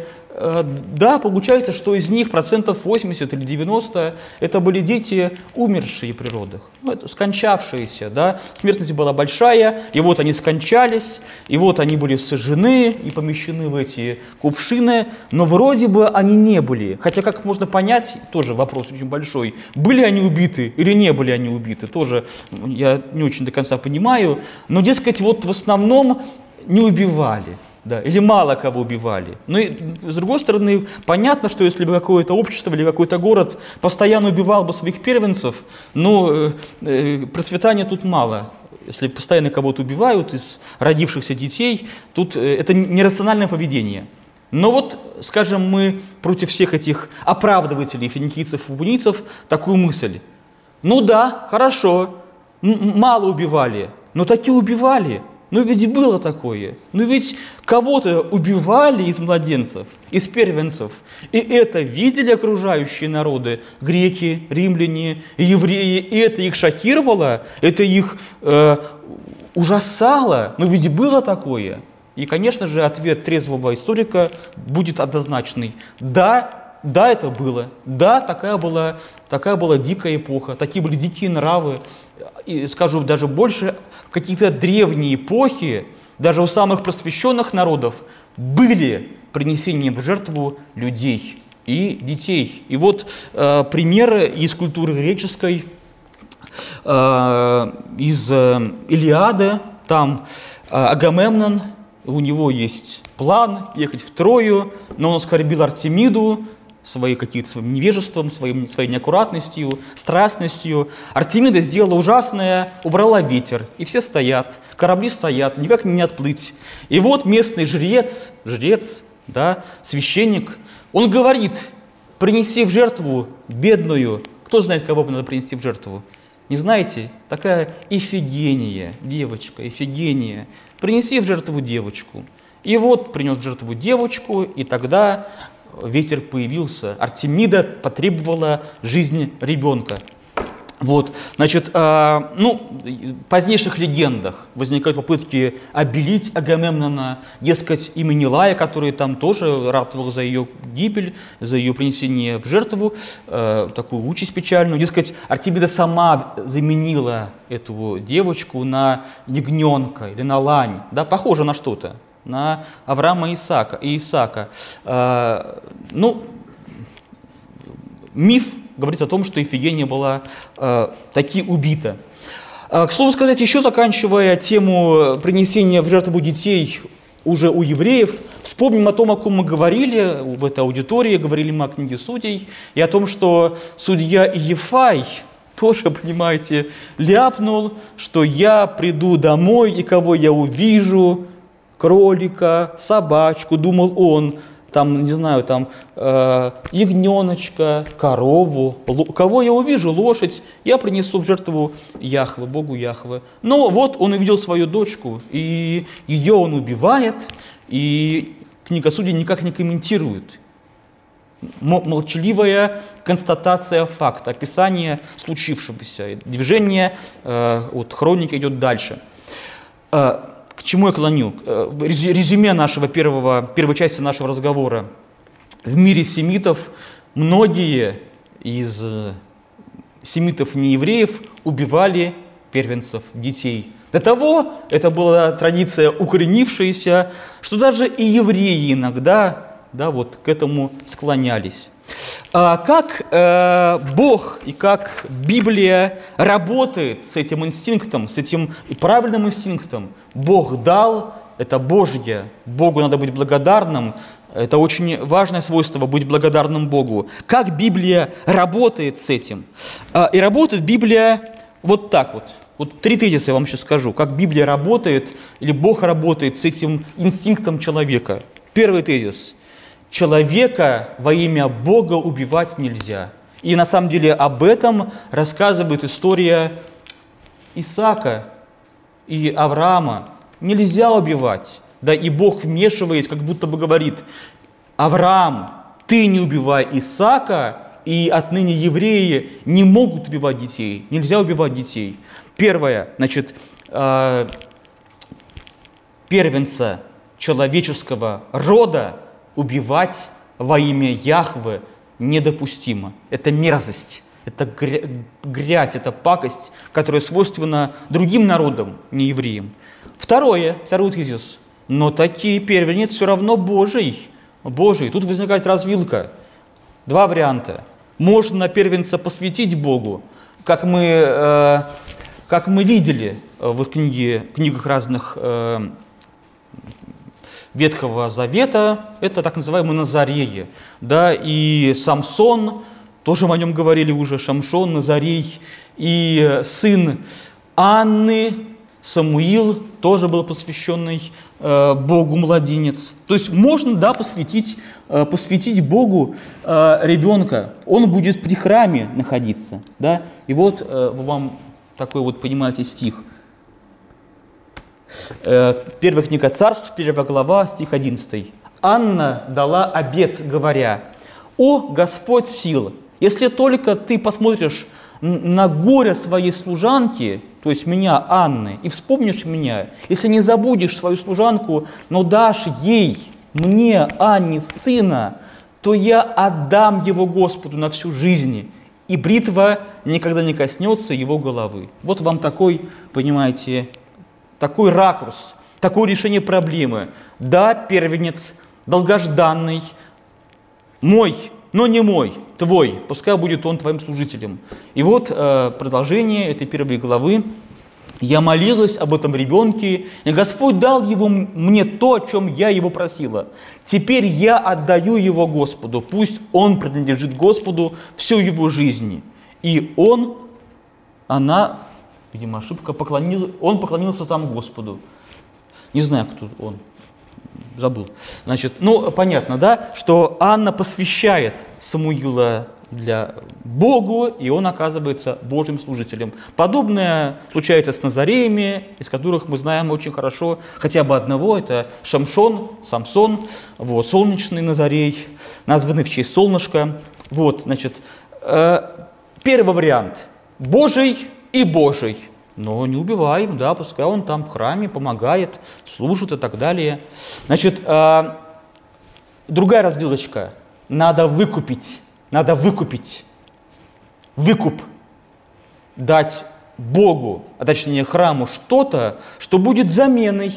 да, получается, что из них 80% или 90% это были дети, умершие при родах, ну, это скончавшиеся, да, смертность была большая, и вот они скончались, и вот они были сожжены и помещены в эти кувшины, но вроде бы они не были, хотя, как можно понять, тоже вопрос очень большой, были они убиты или не были они убиты, тоже я не очень до конца понимаю, но, дескать, вот в основном не убивали. Да, или мало кого убивали. Но и, с другой стороны, понятно, что если бы какое-то общество или какой-то город постоянно убивал бы своих первенцев, но процветания тут мало. Если постоянно кого-то убивают из родившихся детей, тут это нерациональное поведение. Но вот, скажем, мы против всех этих оправдывателей финикийцев и пунийцев такую мысль. Ну да, хорошо, мало убивали, но таки убивали. Ну ведь было такое. Ну ведь кого-то убивали из младенцев, из первенцев. И это видели окружающие народы, греки, римляне, евреи. И это их шокировало, это их ужасало. Но ведь было такое. И, конечно же, ответ трезвого историка будет однозначный. Да, это было. Да, такая была дикая эпоха, такие были дикие нравы. И скажу даже больше, в какие-то древние эпохи, даже у самых просвещенных народов, были принесения в жертву людей и детей. И вот примеры из культуры греческой, из Илиады, там Агамемнон, у него есть план ехать в Трою, но он оскорбил Артемиду, своим невежеством, своей неаккуратностью, страстностью. Артемида сделала ужасное, убрала ветер, и все стоят, корабли стоят, никак не отплыть. И вот местный жрец, да, священник, он говорит: принеси в жертву бедную. Кто знает, кого надо принести в жертву? Не знаете? Такая Ифигения, девочка, Ифигения. Принеси в жертву девочку. И вот принес в жертву девочку, и тогда ветер появился. Артемида потребовала жизни ребенка. Вот, значит, в позднейших легендах возникают попытки обелить Агамемнона, дескать, и Менелая, который там тоже ратовал за ее гибель, за ее принесение в жертву, такую участь печальную. Дескать, Артемида сама заменила эту девочку на ягненка или на лань, да, похоже на что-то, на Авраама и Исаака. Миф говорит о том, что Ифигения была таки убита. К слову сказать, еще заканчивая тему принесения в жертву детей уже у евреев, вспомним о том, о ком мы говорили в этой аудитории, говорили мы о книге Судей, и о том, что судья Иефай тоже, понимаете, ляпнул, что я приду домой, и кого я увижу, кролика, собачку, думал он, там, не знаю, там, ягненочка, корову, кого я увижу, лошадь, я принесу в жертву Яхве, Богу Яхве. Но вот он увидел свою дочку, и ее он убивает, и книга Судей никак не комментирует. Молчаливая констатация факта, описание случившегося, движение от хроники идет дальше. К чему я клоню? Резюме первой части нашего разговора. В мире семитов многие из семитов неевреев убивали первенцев, детей. До того это была традиция укоренившаяся, что даже и евреи иногда к этому склонялись. Как Бог и как Библия работает с этим инстинктом, с этим правильным инстинктом? Бог дал, это Божье, Богу надо быть благодарным, это очень важное свойство быть благодарным Богу. Как Библия работает с этим? И работает Библия вот так вот. Вот 3 тезиса я вам сейчас скажу, как Библия работает или Бог работает с этим инстинктом человека. Первый тезис. Человека во имя Бога убивать нельзя. И на самом деле об этом рассказывает история Исаака и Авраама. Нельзя убивать. Да, и Бог вмешивается, как будто бы говорит: Авраам, ты не убивай Исаака, и отныне евреи не могут убивать детей. Нельзя убивать детей. Первое, первенца человеческого рода убивать во имя Яхве недопустимо. Это мерзость, это грязь, это пакость, которая свойственна другим народам, не евреям. Второй тезис. Но таки первенец все равно Божий. Тут возникает развилка. 2 варианта. Можно первенца посвятить Богу, как мы видели в книгах разных Ветхого Завета, это так называемые Назареи. Да, и Самсон, тоже мы о нем говорили уже, Шамшон, Назарей, и сын Анны, Самуил, тоже был посвященный Богу младенец. То есть можно, посвятить Богу ребенка. Он будет при храме находиться. Да? И вот вам такой вот, понимаете, стих. Первая книга Царств, 1 глава, стих 11. «Анна дала обет, говоря: „О Господь сил, если только ты посмотришь на горе своей служанки, то есть меня, Анны, и вспомнишь меня, если не забудешь свою служанку, но дашь ей, мне, Анне, сына, то я отдам его Господу на всю жизнь, и бритва никогда не коснется его головы». Вот вам такой, понимаете, такой ракурс, такое решение проблемы. Да, первенец, долгожданный, мой, но не мой, твой, пускай будет он твоим служителем. И вот продолжение этой 1 главы. «Я молилась об этом ребенке, и Господь дал мне то, о чем я его просила. Теперь я отдаю его Господу, пусть он принадлежит Господу всю его жизнь». И она, видимо, ошибка, он поклонился там Господу. Не знаю, кто он. Забыл. Понятно, да, что Анна посвящает Самуила для Богу, и он оказывается Божьим служителем. Подобное случается с Назареями, из которых мы знаем очень хорошо хотя бы одного, это Самсон, солнечный Назарей, названный в честь солнышка. Первый вариант – Божий и Божий. Но не убиваем, да, пускай он там в храме помогает, служит и так далее. Другая развилочка. Надо выкупить. Выкуп. Дать Богу, а точнее храму что-то, что будет заменой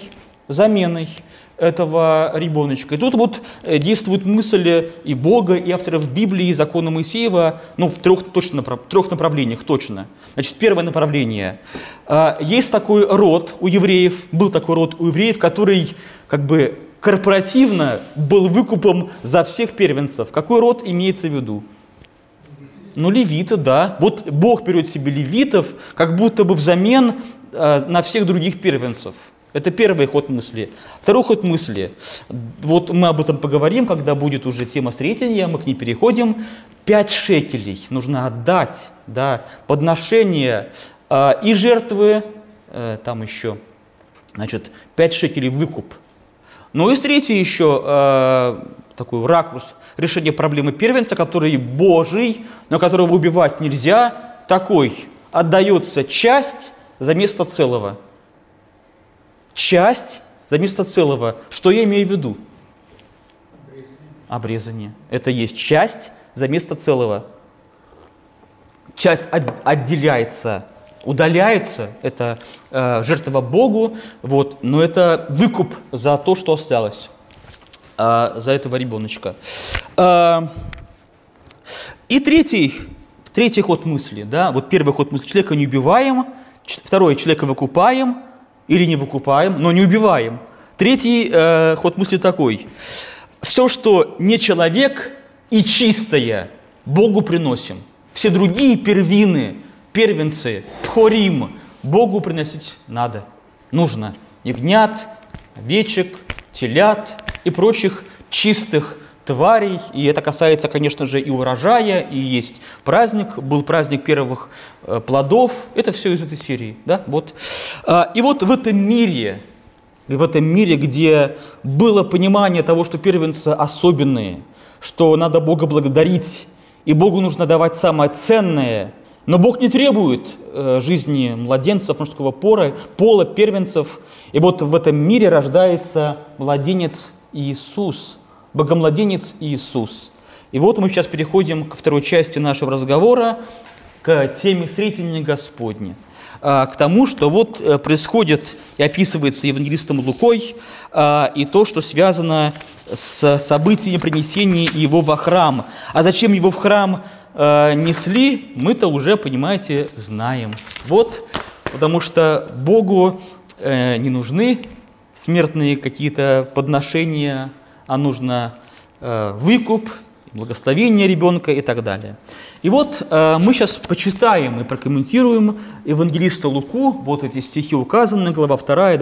этого ребеночка. И тут вот действует мысль и Бога, и авторов Библии, и закона Моисеева, в 3 направлениях точно. Первое направление. Есть такой род у евреев, был такой род у евреев, который корпоративно был выкупом за всех первенцев. Какой род имеется в виду? Левиты, да. Вот Бог берет себе левитов, как будто бы взамен на всех других первенцев. Это первый ход мысли. Второй ход мысли. Вот мы об этом поговорим, когда будет уже тема Сретения, мы к ней переходим. 5 шекелей нужно отдать, да, подношение и жертвы, там еще, 5 шекелей выкуп. И третий еще такой ракурс решения проблемы первенца, который Божий, но которого убивать нельзя, такой: отдается часть за место целого. Часть за место целого. Что я имею в виду? Обрезание. Это есть часть за место целого. часть отделяется, удаляется, это жертва Богу, вот, но это выкуп за то, что осталось, за этого ребеночка. И третий ход мысли, да, вот первый ход мысли: человека не убиваем, второй: человека выкупаем или не выкупаем, но не убиваем. Третий ход мысли такой: все, что не человек и чистое, Богу приносим. Все другие первенцы, пхорим, Богу приносить надо, нужно. Ягнят, овечек, телят и прочих чистых тварей. И это касается, конечно же, и урожая, и есть праздник, был праздник первых плодов. Это все из этой серии. Да? Вот. И вот в этом мире, где было понимание того, что первенцы особенные, что надо Бога благодарить, и Богу нужно давать самое ценное, но Бог не требует жизни младенцев мужского пола, первенцев. И вот в этом мире рождается младенец Иисус, Богомладенец Иисус. И вот мы сейчас переходим ко второй части нашего разговора, к теме «Сретения Господне», к тому, что вот происходит и описывается евангелистом Лукой, и то, что связано с событием принесения его во храм. А зачем его в храм несли, мы-то уже, понимаете, знаем. Вот, потому что Богу не нужны смертные какие-то подношения, а нужно выкуп, благословение ребенка и так далее. И вот мы сейчас почитаем и прокомментируем евангелиста Луку, вот эти стихи указаны, глава 2,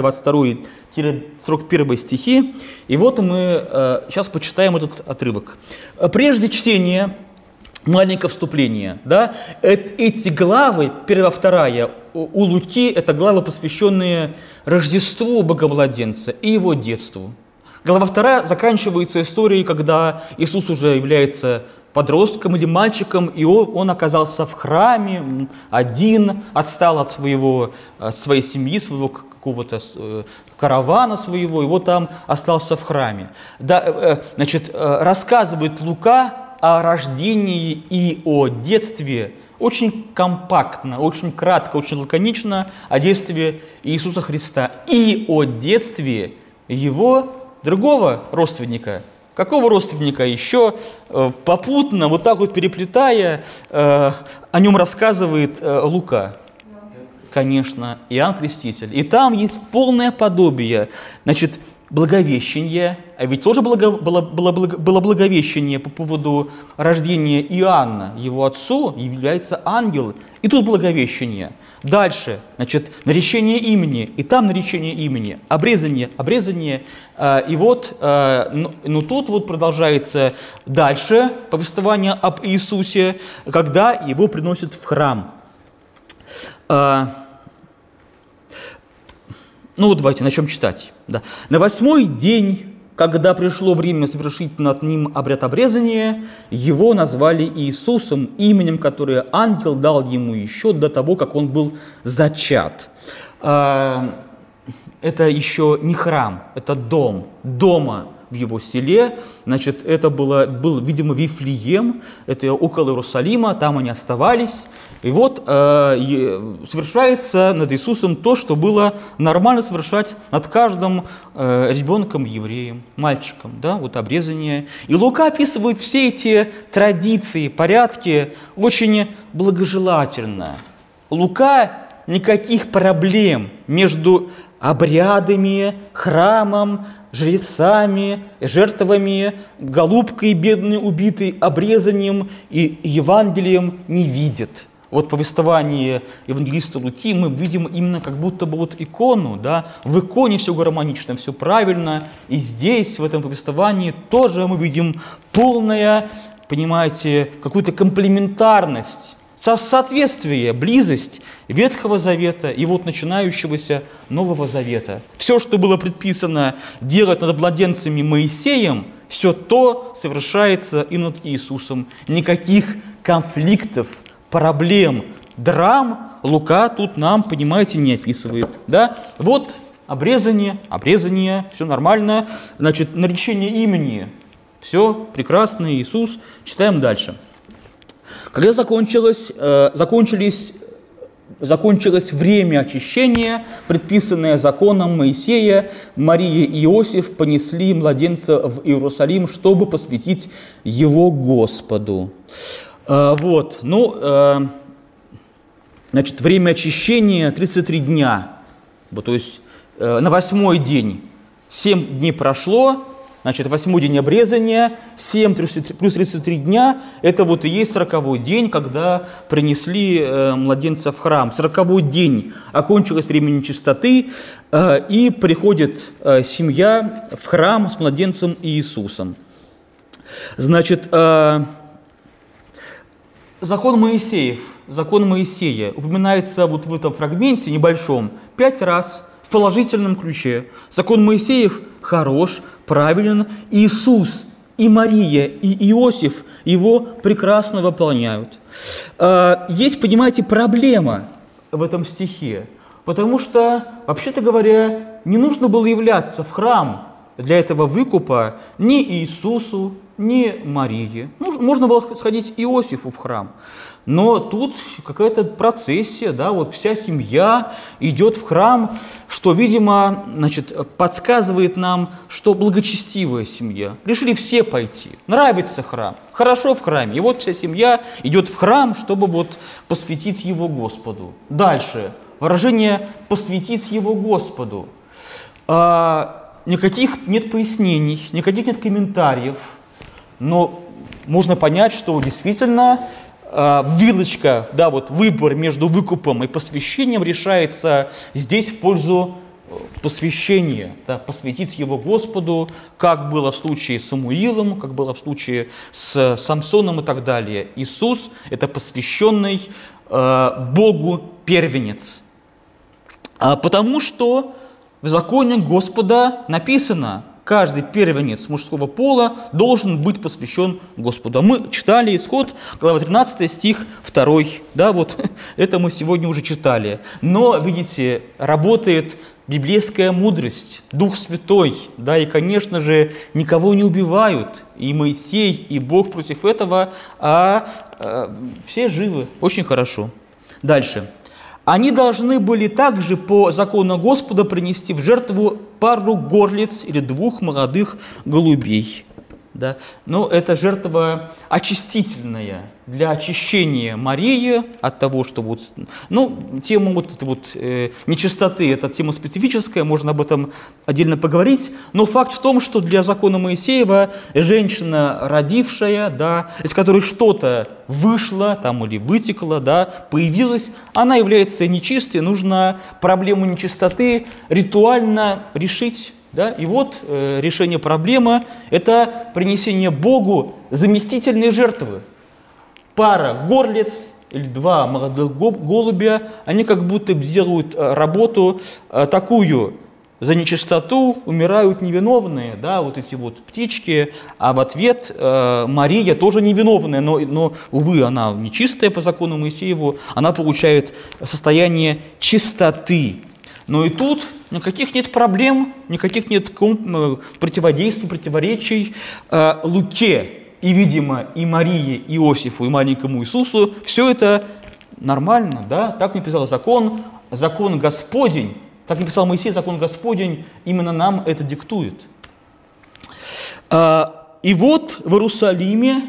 22-41 стихи, и вот мы сейчас почитаем этот отрывок. Прежде чтения, маленькое вступление, да, эти главы, 1-2 у Луки, это главы, посвященные Рождеству Богомладенца и его детству. Глава 2 заканчивается историей, когда Иисус уже является подростком или мальчиком, и он оказался в храме один, отстал от своей семьи, своего какого-то каравана своего, и вот там остался в храме. Да, значит, рассказывает Лука о рождении и о детстве очень компактно, очень кратко, очень лаконично о детстве Иисуса Христа и о детстве его другого родственника. Какого родственника еще? Попутно, вот так вот переплетая, о нем рассказывает Лука. Конечно, Иоанн Креститель. И там есть полное подобие, значит, Благовещение, а ведь тоже было Благовещение по поводу рождения Иоанна. Его отцу является ангел, и тут Благовещение. Дальше, значит, наречение имени, и там наречение имени, обрезание, и вот, ну тут вот продолжается дальше повествование об Иисусе, когда его приносят в храм. Ну вот давайте начнем читать. Да. На 8-й день, когда пришло время совершить над ним обряд обрезания, его назвали Иисусом, именем, которое ангел дал ему еще до того, как он был зачат. Это еще не храм, это дома в его селе. Значит, это был, видимо, Вифлеем, это около Иерусалима, там они оставались. И вот совершается над Иисусом то, что было нормально совершать над каждым ребенком евреем, мальчиком, да, вот обрезание. И Лука описывает все эти традиции, порядки очень благожелательно. Лука никаких проблем между обрядами, храмом, жрецами, жертвами, голубкой бедной убитой, обрезанием и Евангелием не видит. Вот повествование евангелиста Луки мы видим именно как будто бы вот икону, да, в иконе все гармонично, все правильно, и здесь, в этом повествовании, тоже мы видим полное, понимаете, какую-то комплементарность, соответствие, близость Ветхого Завета и вот начинающегося Нового Завета. Все, что было предписано делать над младенцами Моисеем, все то совершается и над Иисусом. Никаких конфликтов, проблем, драм Лука тут нам, понимаете, не описывает. Да? Вот обрезание, все нормально. Значит, наречение имени, все прекрасно, Иисус. Читаем дальше. Когда закончилось время очищения, предписанное законом Моисея, Мария и Иосиф понесли младенца в Иерусалим, чтобы посвятить его Господу. Время очищения 33 дня. То есть на 8-й день 7 дней прошло, 8-й день обрезания, 7 плюс 33 дня, это и есть 40-й день, когда принесли младенца в храм. 40-й день окончилось время нечистоты, и приходит семья в храм с младенцем Иисусом. Закон Моисея упоминается в этом фрагменте небольшом 5 раз в положительном ключе. Закон Моисеев хорош, правилен. Иисус и Мария и Иосиф его прекрасно выполняют. Есть, понимаете, проблема в этом стихе, потому что, вообще-то говоря, не нужно было являться в храм для этого выкупа ни Иисусу, ни Марии. Можно было сходить Иосифу в храм. Но тут какая-то процессия, вся семья идет в храм, что, видимо, подсказывает нам, что благочестивая семья. Решили все пойти. Нравится храм, хорошо в храме. И вся семья идет в храм, чтобы посвятить его Господу. Дальше. Выражение «посвятить его Господу». Никаких нет пояснений, никаких нет комментариев, но можно понять, что действительно вилочка, выбор между выкупом и посвящением решается здесь в пользу посвящения, посвятить его Господу, как было в случае с Самуилом, как было в случае с Самсоном и так далее. Иисус – это посвященный Богу первенец, потому что в законе Господа написано, каждый первенец мужского пола должен быть посвящен Господу. Мы читали Исход, глава 13, стих 2. Это мы сегодня уже читали. Но, видите, работает библейская мудрость, Дух Святой, и, конечно же, никого не убивают, и Моисей, и Бог против этого, а все живы, очень хорошо. Дальше. Они должны были также по закону Господа принести в жертву пару горлиц или 2 молодых голубей. Но это жертва очистительная, для очищения Марии от того, что тема нечистоты, это тема специфическая, можно об этом отдельно поговорить, но факт в том, что для закона Моисеева женщина, родившая, из которой что-то вышло или вытекло, появилось, она является нечистой, нужно проблему нечистоты ритуально решить. И решение проблемы – это принесение Богу заместительной жертвы. Пара горлиц или 2 молодых голубя, они как будто делают работу такую. За нечистоту умирают невиновные, эти птички, а в ответ Мария тоже невиновная, но, увы, она нечистая по закону Моисееву, она получает состояние чистоты. Но и тут никаких нет проблем, никаких нет противодействий, противоречий. Луке и, видимо, и Марии, и Иосифу, и маленькому Иисусу все это нормально, Так написал закон Господень, так написал Моисей, закон Господень, именно нам это диктует. И в Иерусалиме,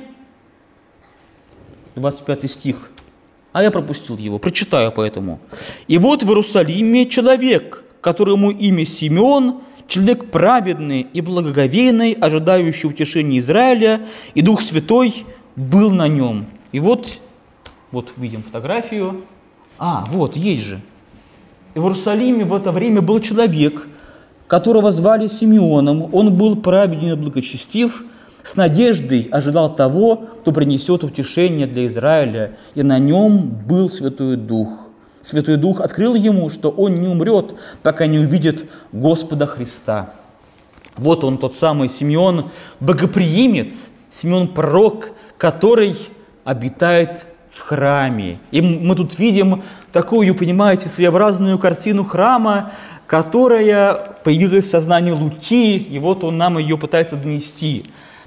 25 стих, а я пропустил его, прочитаю поэтому. «И в Иерусалиме человек, которому имя Симеон, человек праведный и благоговейный, ожидающий утешения Израиля, и Дух Святой был на нем». И видим фотографию. Есть же. И в Иерусалиме в это время был человек, которого звали Симеоном. Он был праведен и благочестив, с надеждой ожидал того, кто принесет утешение для Израиля, и на нем был Святой Дух. Святой Дух открыл ему, что он не умрет, пока не увидит Господа Христа. Он тот самый Симеон, богоприимец, Симеон пророк, который обитает в храме. И мы тут видим такую, понимаете, своеобразную картину храма, которая появилась в сознании Луки, и он нам ее пытается донести.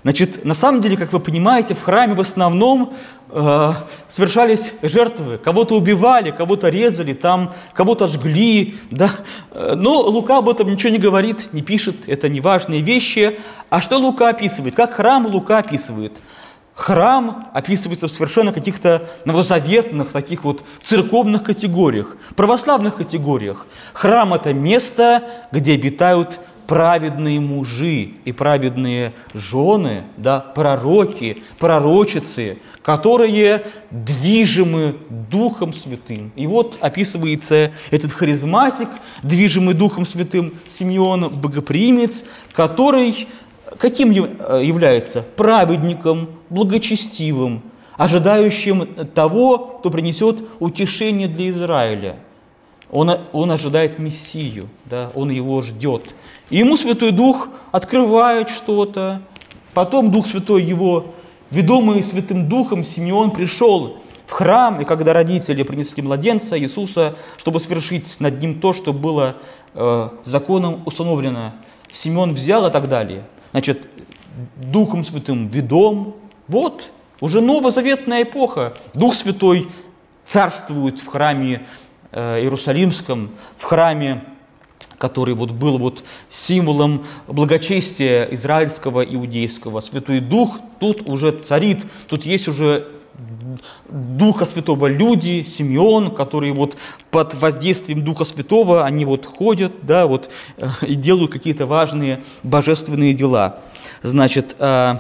Значит, на самом деле, как вы понимаете, в храме в основном совершались жертвы. Кого-то убивали, кого-то резали, там, кого-то жгли. Да? Но Лука об этом ничего не говорит, не пишет, это не важные вещи. А что Лука описывает? Как храм Лука описывает? Храм описывается в совершенно каких-то новозаветных, таких вот церковных категориях, православных категориях. Храм – это место, где обитают праведные мужи и праведные жены, да, пророки, пророчицы, которые движимы Духом Святым. И вот описывается этот харизматик, движимый Духом Святым, Симеон Богоприимец, который каким является? Праведником, благочестивым, ожидающим того, кто принесет утешение для Израиля. Он ожидает Мессию, да, он его ждет. И ему Святой Дух открывает что-то. Потом Дух Святой его, ведомый Святым Духом, Симеон пришел в храм, и когда родители принесли младенца Иисуса, чтобы совершить над ним то, что было законом установлено, Симеон взял и так далее. Значит, Духом Святым ведом. Вот, уже новозаветная эпоха. Дух Святой царствует в храме Иерусалимском, в храме, который вот был вот символом благочестия израильского, иудейского. Святой Дух тут уже царит, тут есть уже Духа Святого люди, Симеон, которые вот под воздействием Духа Святого, они вот ходят, да, вот, и делают какие-то важные божественные дела. Значит,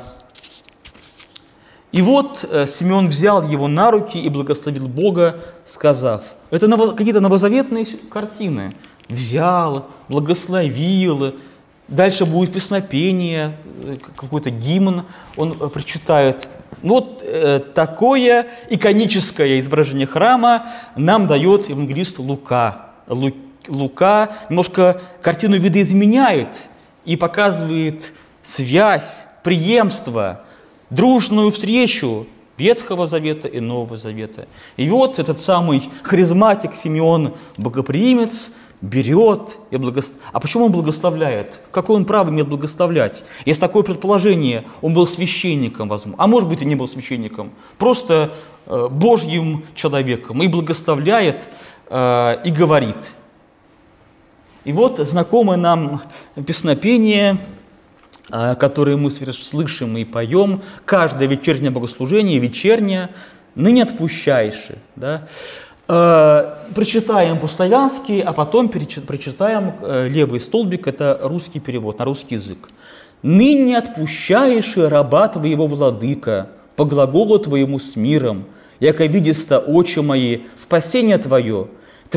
и вот Симеон взял его на руки и благословил Бога, сказав, это какие-то новозаветные картины. Взял, благословил, дальше будет песнопение, какой-то гимн он прочитает. Вот такое иконическое изображение храма нам дает евангелист Лука. Лука немножко картину видоизменяет и показывает связь, преемство, дружную встречу Ветхого Завета и Нового Завета. И вот этот самый харизматик Симеон Богоприимец берет и благословляет. А почему он благословляет? Какое он право имеет благословлять? Есть такое предположение, он был священником, возможно, а может быть и не был священником, просто Божьим человеком, и благословляет, и говорит. И вот знакомое нам песнопение, которые мы слышим и поем, каждое вечернее богослужение, вечернее, ныне отпущаешь. Да? Прочитаем по-славянски, а потом прочитаем левый столбик, это русский перевод, на русский язык. «Ныне отпущаешь раба твоего, владыка, по глаголу твоему с миром, яко видеста очи мои, спасение твое,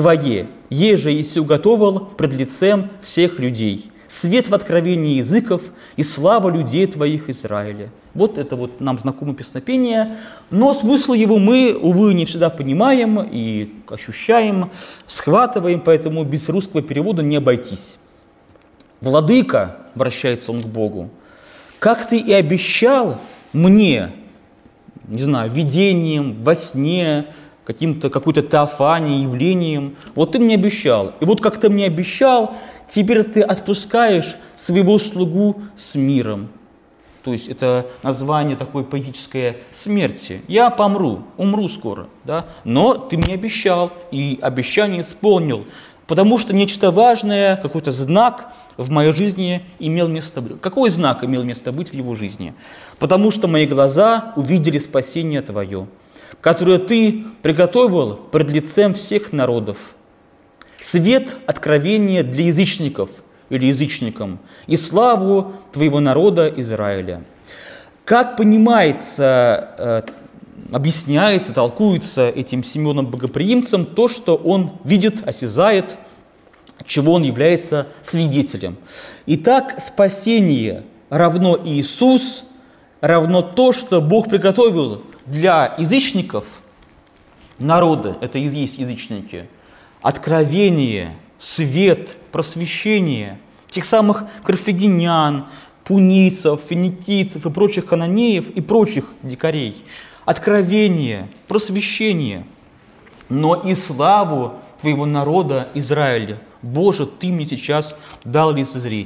еже и си уготовал пред лицем всех людей, свет в откровении языков и слава людей твоих Израиля». Вот это вот нам знакомое песнопение, но смысл его мы, увы, не всегда понимаем и ощущаем, схватываем, поэтому без русского перевода не обойтись. «Владыка», обращается он к Богу, «как ты и обещал мне, не знаю, видением, во сне, какой-то теофанией, явлением, вот ты мне обещал, и вот как ты мне обещал, теперь ты отпускаешь своего слугу с миром». То есть это название такой поэтическое смерти. Я умру скоро, да? Но ты мне обещал, и обещание исполнил, потому что нечто важное, какой-то знак в моей жизни имел место быть. Какой знак имел место быть в его жизни? Потому что мои глаза увидели спасение твое, которое ты приготовил пред лицем всех народов. Свет откровения для язычников или язычникам и славу твоего народа Израиля. Как понимается, объясняется, толкуется этим Симеоном Богоприимцем то, что он видит, осязает, чего он является свидетелем. Итак, спасение равно Иисус, равно то, что Бог приготовил для язычников, народа, это и есть язычники, откровение, свет, просвещение тех самых карфагенян, пуницев, финикийцев и прочих хананеев и прочих дикарей. Откровение, просвещение, но и славу твоего народа Израиля. Боже, ты мне сейчас дал лицезреть.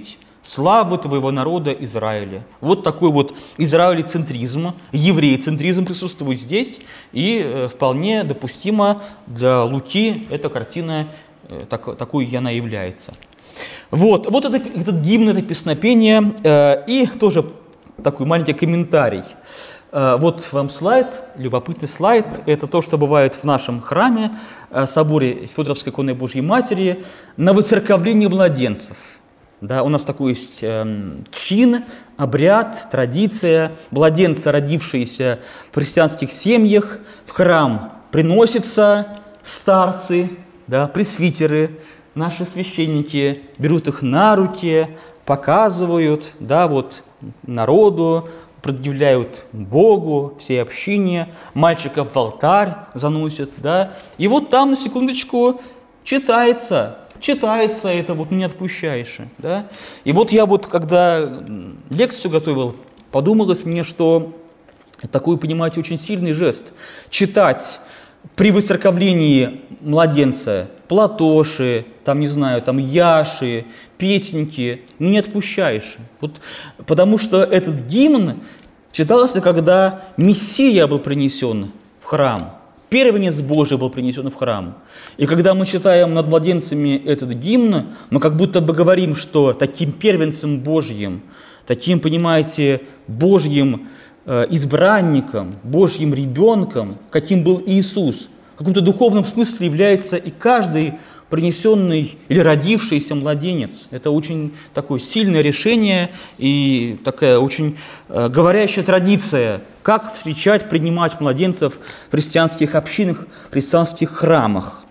славу твоего народа Израиля. Вот такой вот израилецентризм, евреецентризм присутствует здесь, и вполне допустимо для Луки эта картина такой и она является. Вот этот гимн, это песнопение, и тоже такой маленький комментарий. Вот вам слайд, любопытный слайд. Это то, что бывает в нашем храме, соборе Федоровской иконы Божьей Матери, на выцерковление младенцев. Да, у нас такой есть чин, обряд, традиция. Младенцы, родившиеся в христианских семьях, в храм приносятся старцы, да, пресвитеры, наши священники, берут их на руки, показывают, да, вот, народу, предъявляют Богу, всей общине, мальчиков в алтарь заносят, да, и вот там, на секундочку, читается это вот «Не отпущаешь», да. И вот я вот, когда лекцию готовил, подумалось мне, что такой, понимаете, очень сильный жест – читать при выцерковлении младенца платоши, там, не знаю, там, яши, песенки, не отпущаешь. Вот, потому что этот гимн читался, когда Мессия был принесен в храм, первенец Божий был принесен в храм. И когда мы читаем над младенцами этот гимн, мы как будто бы говорим, что таким первенцем Божьим, таким, понимаете, Божьим избранником, Божьим ребенком, каким был Иисус, в каком-то духовном смысле является и каждый принесенный или родившийся младенец. Это очень такое сильное решение и такая очень говорящая традиция, как встречать, принимать младенцев в христианских общинах, в христианских храмах.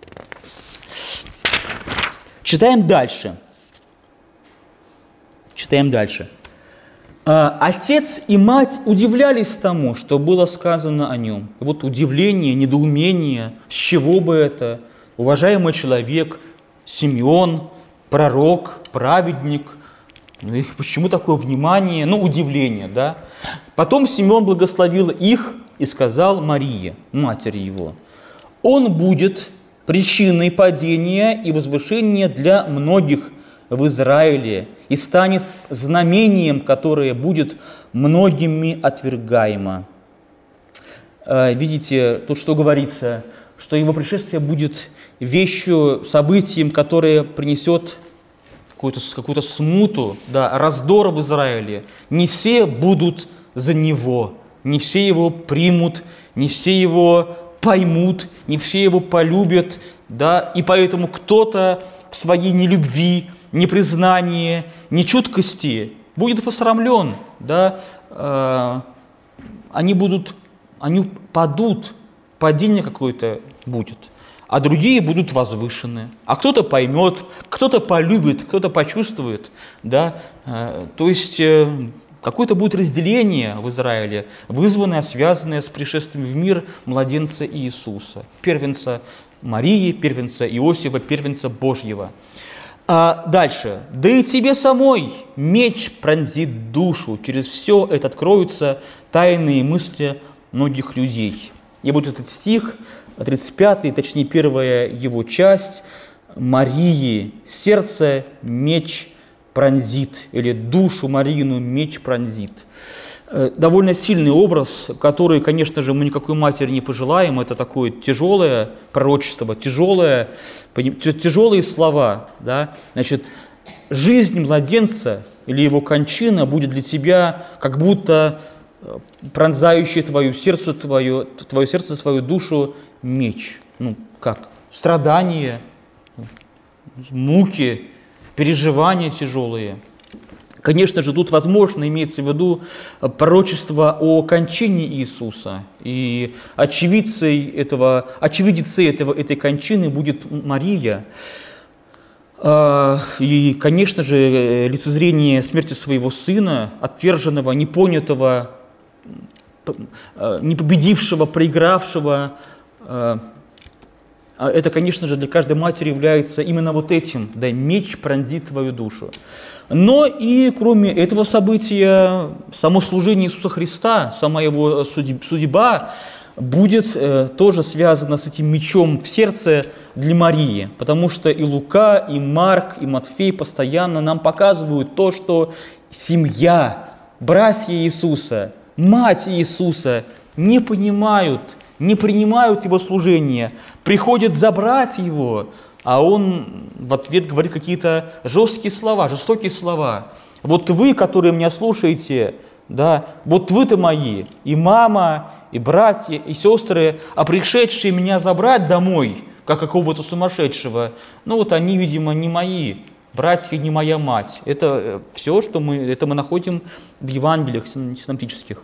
Читаем дальше. Отец и мать удивлялись тому, что было сказано о нем. И вот удивление, недоумение, с чего бы это? Уважаемый человек, Симеон, пророк, праведник, и почему такое внимание, удивление, да? Потом Симеон благословил их и сказал Марии, матери его: «Он будет причиной падения и возвышения для многих в Израиле и станет знамением, которое будет многими отвергаемо». Видите, тут что говорится, что его пришествие будет вещью, событием, которое принесет какую-то смуту, да, раздор в Израиле. Не все будут за него, не все его примут, не все его поймут, не все его полюбят, да, и поэтому кто-то в своей нелюбви, непризнании, нечуткости будет посрамлен, да, они падут, падение какое-то будет, а другие будут возвышены, а кто-то поймет, кто-то полюбит, кто-то почувствует, да, то есть какое-то будет разделение в Израиле, вызванное, связанное с пришествием в мир младенца Иисуса, первенца Марии, первенца Иосифа, первенца Божьего. А дальше. «Да и тебе самой меч пронзит душу, через все это откроются тайные мысли многих людей». И вот этот стих, 35-й, точнее первая его часть, «Марии сердце меч пронзит», или «душу Марину меч пронзит». Довольно сильный образ, который, конечно же, мы никакой матери не пожелаем. Это такое тяжелое пророчество, тяжелые слова. Да? Значит, жизнь младенца или его кончина будет для тебя как будто пронзающий твое сердце, твою душу меч. Как? Страдания, муки, переживания тяжелые. Конечно же, тут, возможно, имеется в виду пророчество о кончине Иисуса. И очевидицей этой кончины будет Мария. И, конечно же, лицезрение смерти своего сына, отверженного, непонятого, не победившего, проигравшего, это, конечно же, для каждой матери является именно вот этим, да, меч пронзит твою душу. Но и кроме этого события, само служение Иисуса Христа, сама его судьба будет тоже связано с этим мечом в сердце для Марии, потому что и Лука, и Марк, и Матфей постоянно нам показывают то, что семья, братья Иисуса, мать Иисуса не понимают, не принимают Его служение, приходят забрать Его, а Он в ответ говорит какие-то жесткие слова, жестокие слова. Вот вы, которые меня слушаете, да, вот вы-то мои, и мама, и братья, и сестры, а пришедшие меня забрать домой, как какого-то сумасшедшего, ну вот они, видимо, не мои братья, не моя мать. Это все, что мы находим в Евангелиях синоптических.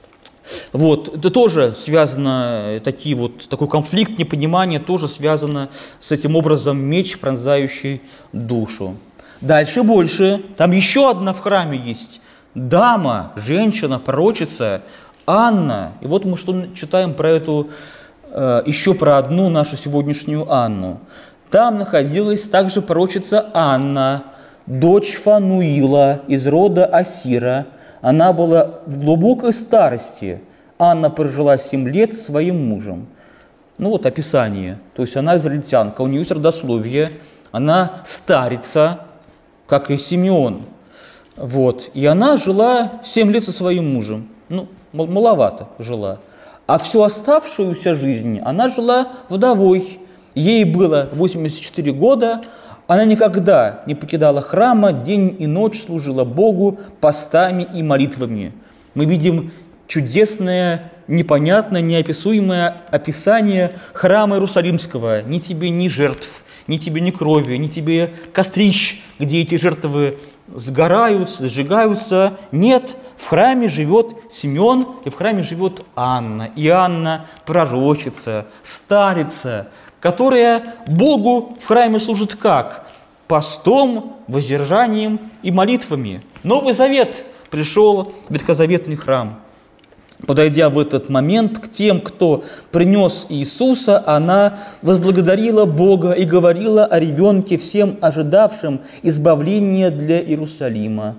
Вот, это тоже связано, такой конфликт, непонимание тоже связано с этим образом меч, пронзающий душу. Дальше больше, там еще одна в храме есть. Дама, женщина, пророчица Анна. И вот мы что читаем про эту, еще про одну нашу сегодняшнюю Анну. Там находилась также пророчица Анна, дочь Фануила из рода Асира. Она была в глубокой старости. Анна прожила 7 лет со своим мужем. Ну вот описание. То есть она израильтянка, у нее есть родословие. Она старица, как и Симеон. Вот. И она жила 7 лет со своим мужем. Ну, маловато жила. А всю оставшуюся жизнь она жила вдовой. Ей было 84 года. Она никогда не покидала храма, день и ночь служила Богу постами и молитвами. Мы видим чудесное, непонятное, неописуемое описание храма Иерусалимского. Ни тебе ни жертв, ни тебе ни крови, ни тебе кострищ, где эти жертвы сгорают, сжигаются. Нет, в храме живет Симеон, и в храме живет Анна. И Анна пророчица, старица, которая Богу в храме служит как? Постом, воздержанием и молитвами. Новый Завет пришел в ветхозаветный храм. Подойдя в этот момент к тем, кто принес Иисуса, она возблагодарила Бога и говорила о ребенке всем ожидавшим избавления для Иерусалима.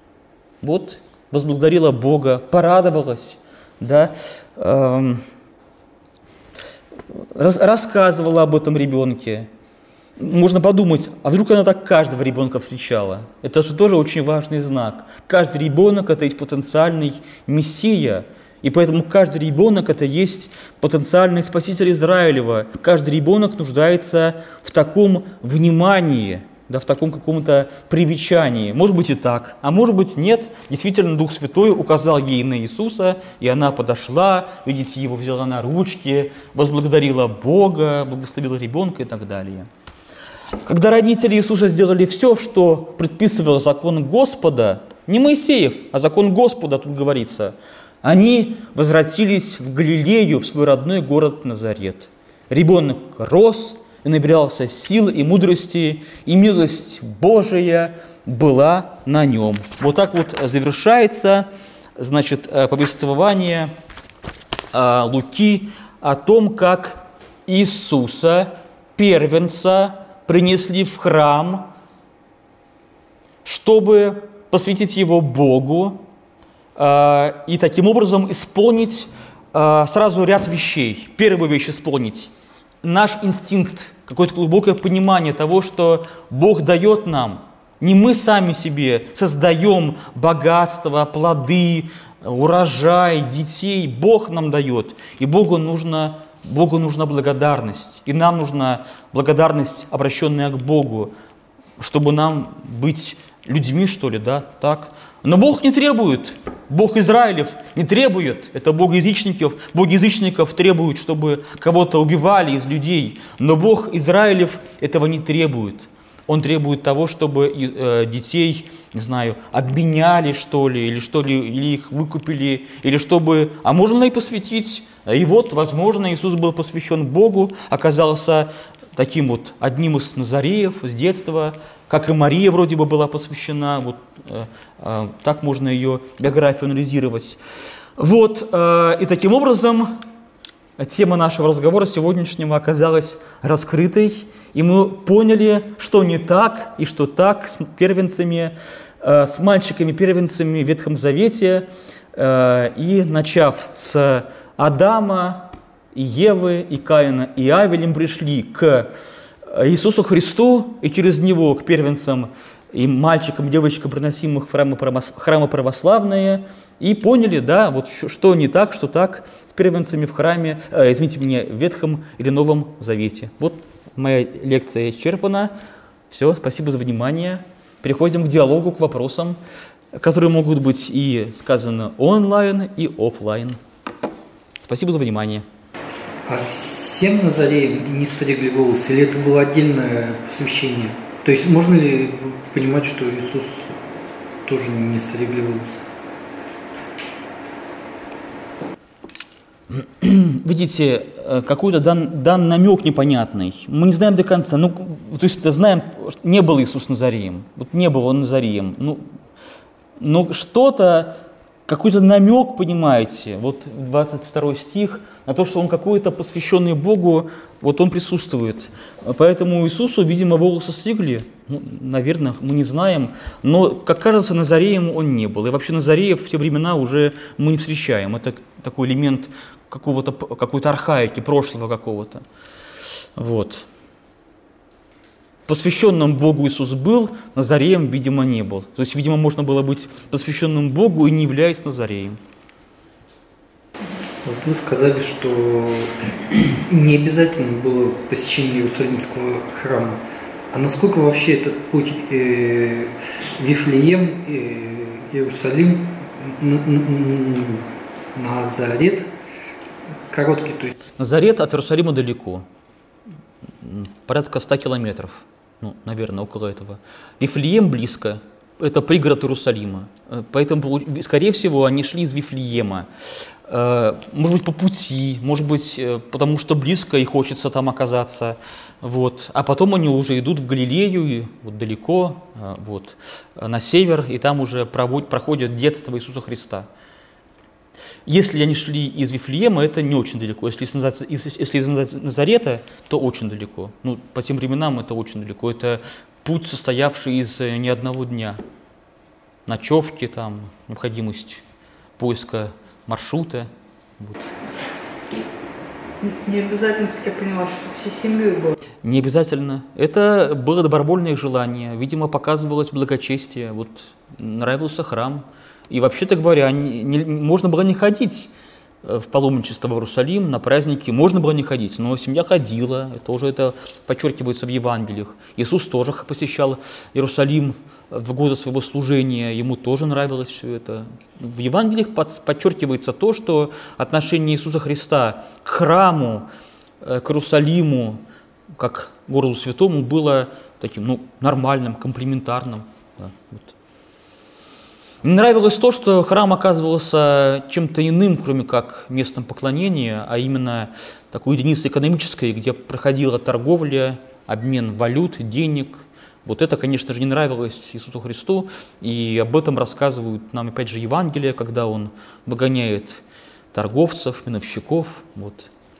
Вот, возблагодарила Бога, порадовалась, да, рассказывала об этом ребенке. Можно подумать, а вдруг она так каждого ребенка встречала? Это же тоже очень важный знак. Каждый ребенок – это есть потенциальный Мессия, и поэтому каждый ребенок – это есть потенциальный Спаситель Израилева. Каждый ребенок нуждается в таком внимании, да, в таком каком-то привечании. Может быть и так, а может быть нет. Действительно, Дух Святой указал ей на Иисуса, и она подошла, видите, его взяла на ручки, возблагодарила Бога, благословила ребенка и так далее. Когда родители Иисуса сделали все, что предписывал закон Господа, не Моисеев, а закон Господа тут говорится, они возвратились в Галилею, в свой родной город Назарет. Ребенок рос и набирался сил и мудрости, и милость Божия была на нем. Вот так вот завершается, значит, повествование Луки о том, как Иисуса, первенца, принесли в храм, чтобы посвятить его Богу и таким образом исполнить сразу ряд вещей. Первую вещь исполнить. Наш инстинкт, какое-то глубокое понимание того, что Бог дает нам. Не мы сами себе создаем богатство, плоды, урожай, детей. Бог нам дает. И Богу нужна благодарность. И нам нужна благодарность, обращенная к Богу, чтобы нам быть людьми, что ли, да, так. Но Бог не требует, Бог Израилев не требует, это Бог язычников. Бог язычников требует, чтобы кого-то убивали из людей. Но Бог Израилев этого не требует. Он требует того, чтобы детей, не знаю, обменяли, что ли, или их выкупили, или чтобы... А можно ли посвятить? И вот, возможно, Иисус был посвящен Богу, оказался таким вот одним из назареев с детства, как и Мария вроде бы была посвящена, вот так можно ее биографию анализировать. Вот, и таким образом тема нашего разговора сегодняшнего оказалась раскрытой, и мы поняли, что не так и что так с первенцами, с мальчиками-первенцами в Ветхом Завете, и начав с Адама, и Евы, и Каина, и Авелем пришли к Иисусу Христу и через Него к первенцам и мальчикам, девочкам, приносимых в храмы православные, и поняли, да, вот что не так, что так с первенцами в храме, извините меня, в Ветхом или Новом Завете. Вот моя лекция исчерпана. Все, спасибо за внимание. Переходим к диалогу, к вопросам, которые могут быть и сказаны онлайн, и офлайн. Спасибо за внимание. А всем Назареям не стригли волосы, или это было отдельное посвящение? То есть можно ли понимать, что Иисус тоже не стригли волосы? Видите, какой-то дан намек непонятный. Мы не знаем до конца. Ну, то есть знаем, не был Иисус Назареем. Вот не был он Назареем. Но что-то, какой-то намек, понимаете, вот 22 стих, на то, что он какой-то посвященный Богу, вот он присутствует. Поэтому Иисусу, видимо, волосы стригли, ну, наверное, мы не знаем, но, как кажется, Назареем он не был. И вообще Назареев в те времена уже мы не встречаем. Это такой элемент какой-то архаики, прошлого какого-то. Вот. Посвященным Богу Иисус был, Назареем, видимо, не был. То есть, видимо, можно было быть посвященным Богу и не являясь Назареем. Вот вы сказали, что не обязательно было посещение Иерусалимского храма. А насколько вообще этот путь Вифлеем, Иерусалим, Назарет короткий? То есть... Назарет от Иерусалима далеко, порядка 100 километров, ну, наверное, около этого. Вифлеем близко, это пригород Иерусалима, поэтому, скорее всего, они шли из Вифлеема. Может быть, по пути, может быть, потому что близко и хочется там оказаться. Вот. А потом они уже идут в Галилею, вот далеко, вот, на север, и там уже проходят детство Иисуса Христа. Если они шли из Вифлеема, это не очень далеко. Если из Назарета, то очень далеко. Ну, по тем временам это очень далеко. Это путь, состоявший из не одного дня. Ночевки, там, необходимость поиска маршрута. Вот. Не обязательно, как я поняла, что всей семьей было. Не обязательно. Это было добровольное желание. Видимо, показывалось благочестие. Вот, нравился храм. И вообще-то говоря, можно было не ходить в паломничество в Иерусалим, на праздники, можно было не ходить, но семья ходила, тоже это подчеркивается в Евангелиях. Иисус тоже посещал Иерусалим в годы своего служения, ему тоже нравилось все это. В Евангелиях подчеркивается то, что отношение Иисуса Христа к храму, к Иерусалиму, как к городу святому, было таким, нормальным, комплиментарным. Да, вот. Мне нравилось то, что храм оказывался чем-то иным, кроме как местом поклонения, а именно такой единицей экономической, где проходила торговля, обмен валют, денег. Вот это, конечно же, не нравилось Иисусу Христу, и об этом рассказывают нам, опять же, Евангелие, когда он выгоняет торговцев, миновщиков. Вот.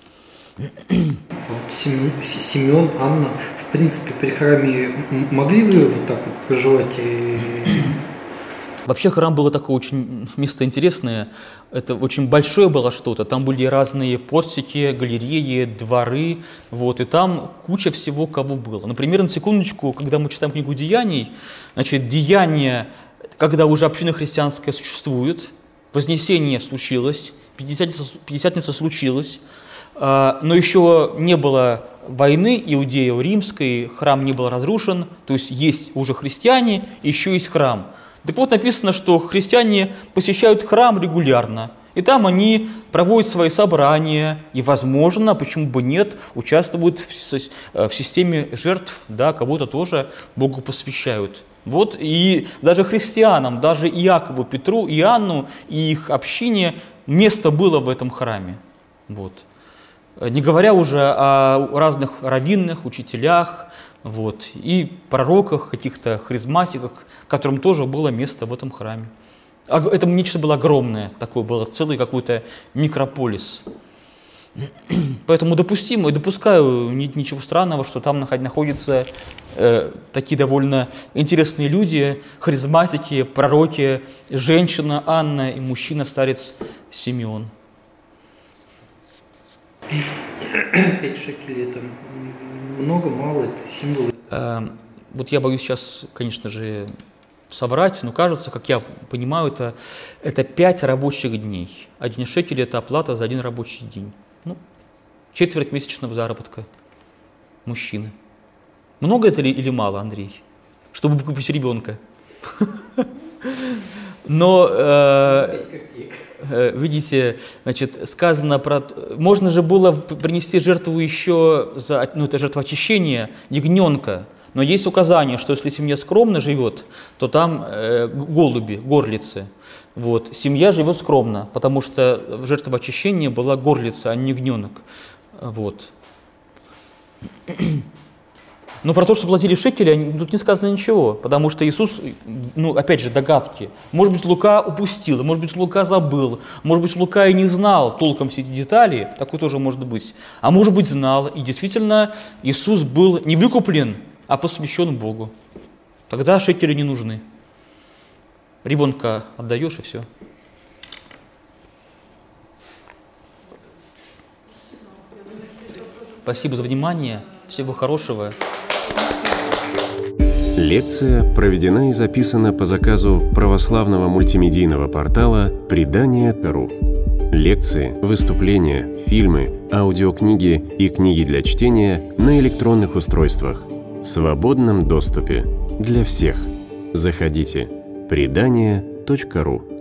Симеон, Анна, в принципе, при храме могли вы вот так вот проживать? Вообще храм было такое очень место интересное, это очень большое было что-то, там были разные портики, галереи, дворы, вот, и там куча всего кого было. Например, на секундочку, когда мы читаем книгу Деяний, значит, Деяния, когда уже община христианская существует, Вознесение случилось, Пятидесятница случилась, но еще не было войны иудео-римской, храм не был разрушен, то есть уже христиане, еще есть храм. Так вот, написано, что христиане посещают храм регулярно, и там они проводят свои собрания, и, возможно, почему бы нет, участвуют в системе жертв, да, кого-то тоже Богу посвящают. Вот, и даже христианам, даже Иакову, Петру, Иоанну и их общине место было в этом храме. Вот. Не говоря уже о разных раввинных, учителях, вот, и пророках, каких-то харизматиках, которым тоже было место в этом храме. Это нечто было огромное, такое было целый какой-то микрополис. Поэтому допустимо, и допускаю ничего странного, что там находятся такие довольно интересные люди, харизматики, пророки, женщина Анна и мужчина, старец Симеон. 5 шекелей это много, мало, это символы. Вот я боюсь сейчас, конечно же, соврать, но кажется, как я понимаю, это 5 рабочих дней. 1 шекель – это оплата за 1 рабочий день. Ну, четверть месячного заработка мужчины. Много это или мало, Андрей, чтобы купить ребенка? Но, видите, значит, сказано про... Можно же было принести жертву еще за... Ну, это жертва очищения, ягненка. Но есть указание, что если семья скромно живет, то там голуби, горлицы. Вот. Семья живет скромно, потому что жертва очищения была горлица, а не ягненок. Вот. Но про то, что платили шекели, тут не сказано ничего, потому что Иисус, ну, опять же, догадки. Может быть, Лука упустил, может быть, Лука забыл, может быть, Лука и не знал толком все эти детали, такое тоже может быть. А может быть, знал, и действительно Иисус был не выкуплен, а посвящен Богу. Тогда шекели не нужны. Ребенка отдаешь, и все. Спасибо за внимание. Всего хорошего. Лекция проведена и записана по заказу православного мультимедийного портала «Предания.ру». Лекции, выступления, фильмы, аудиокниги и книги для чтения на электронных устройствах в свободном доступе для всех. Заходите. Предания.ру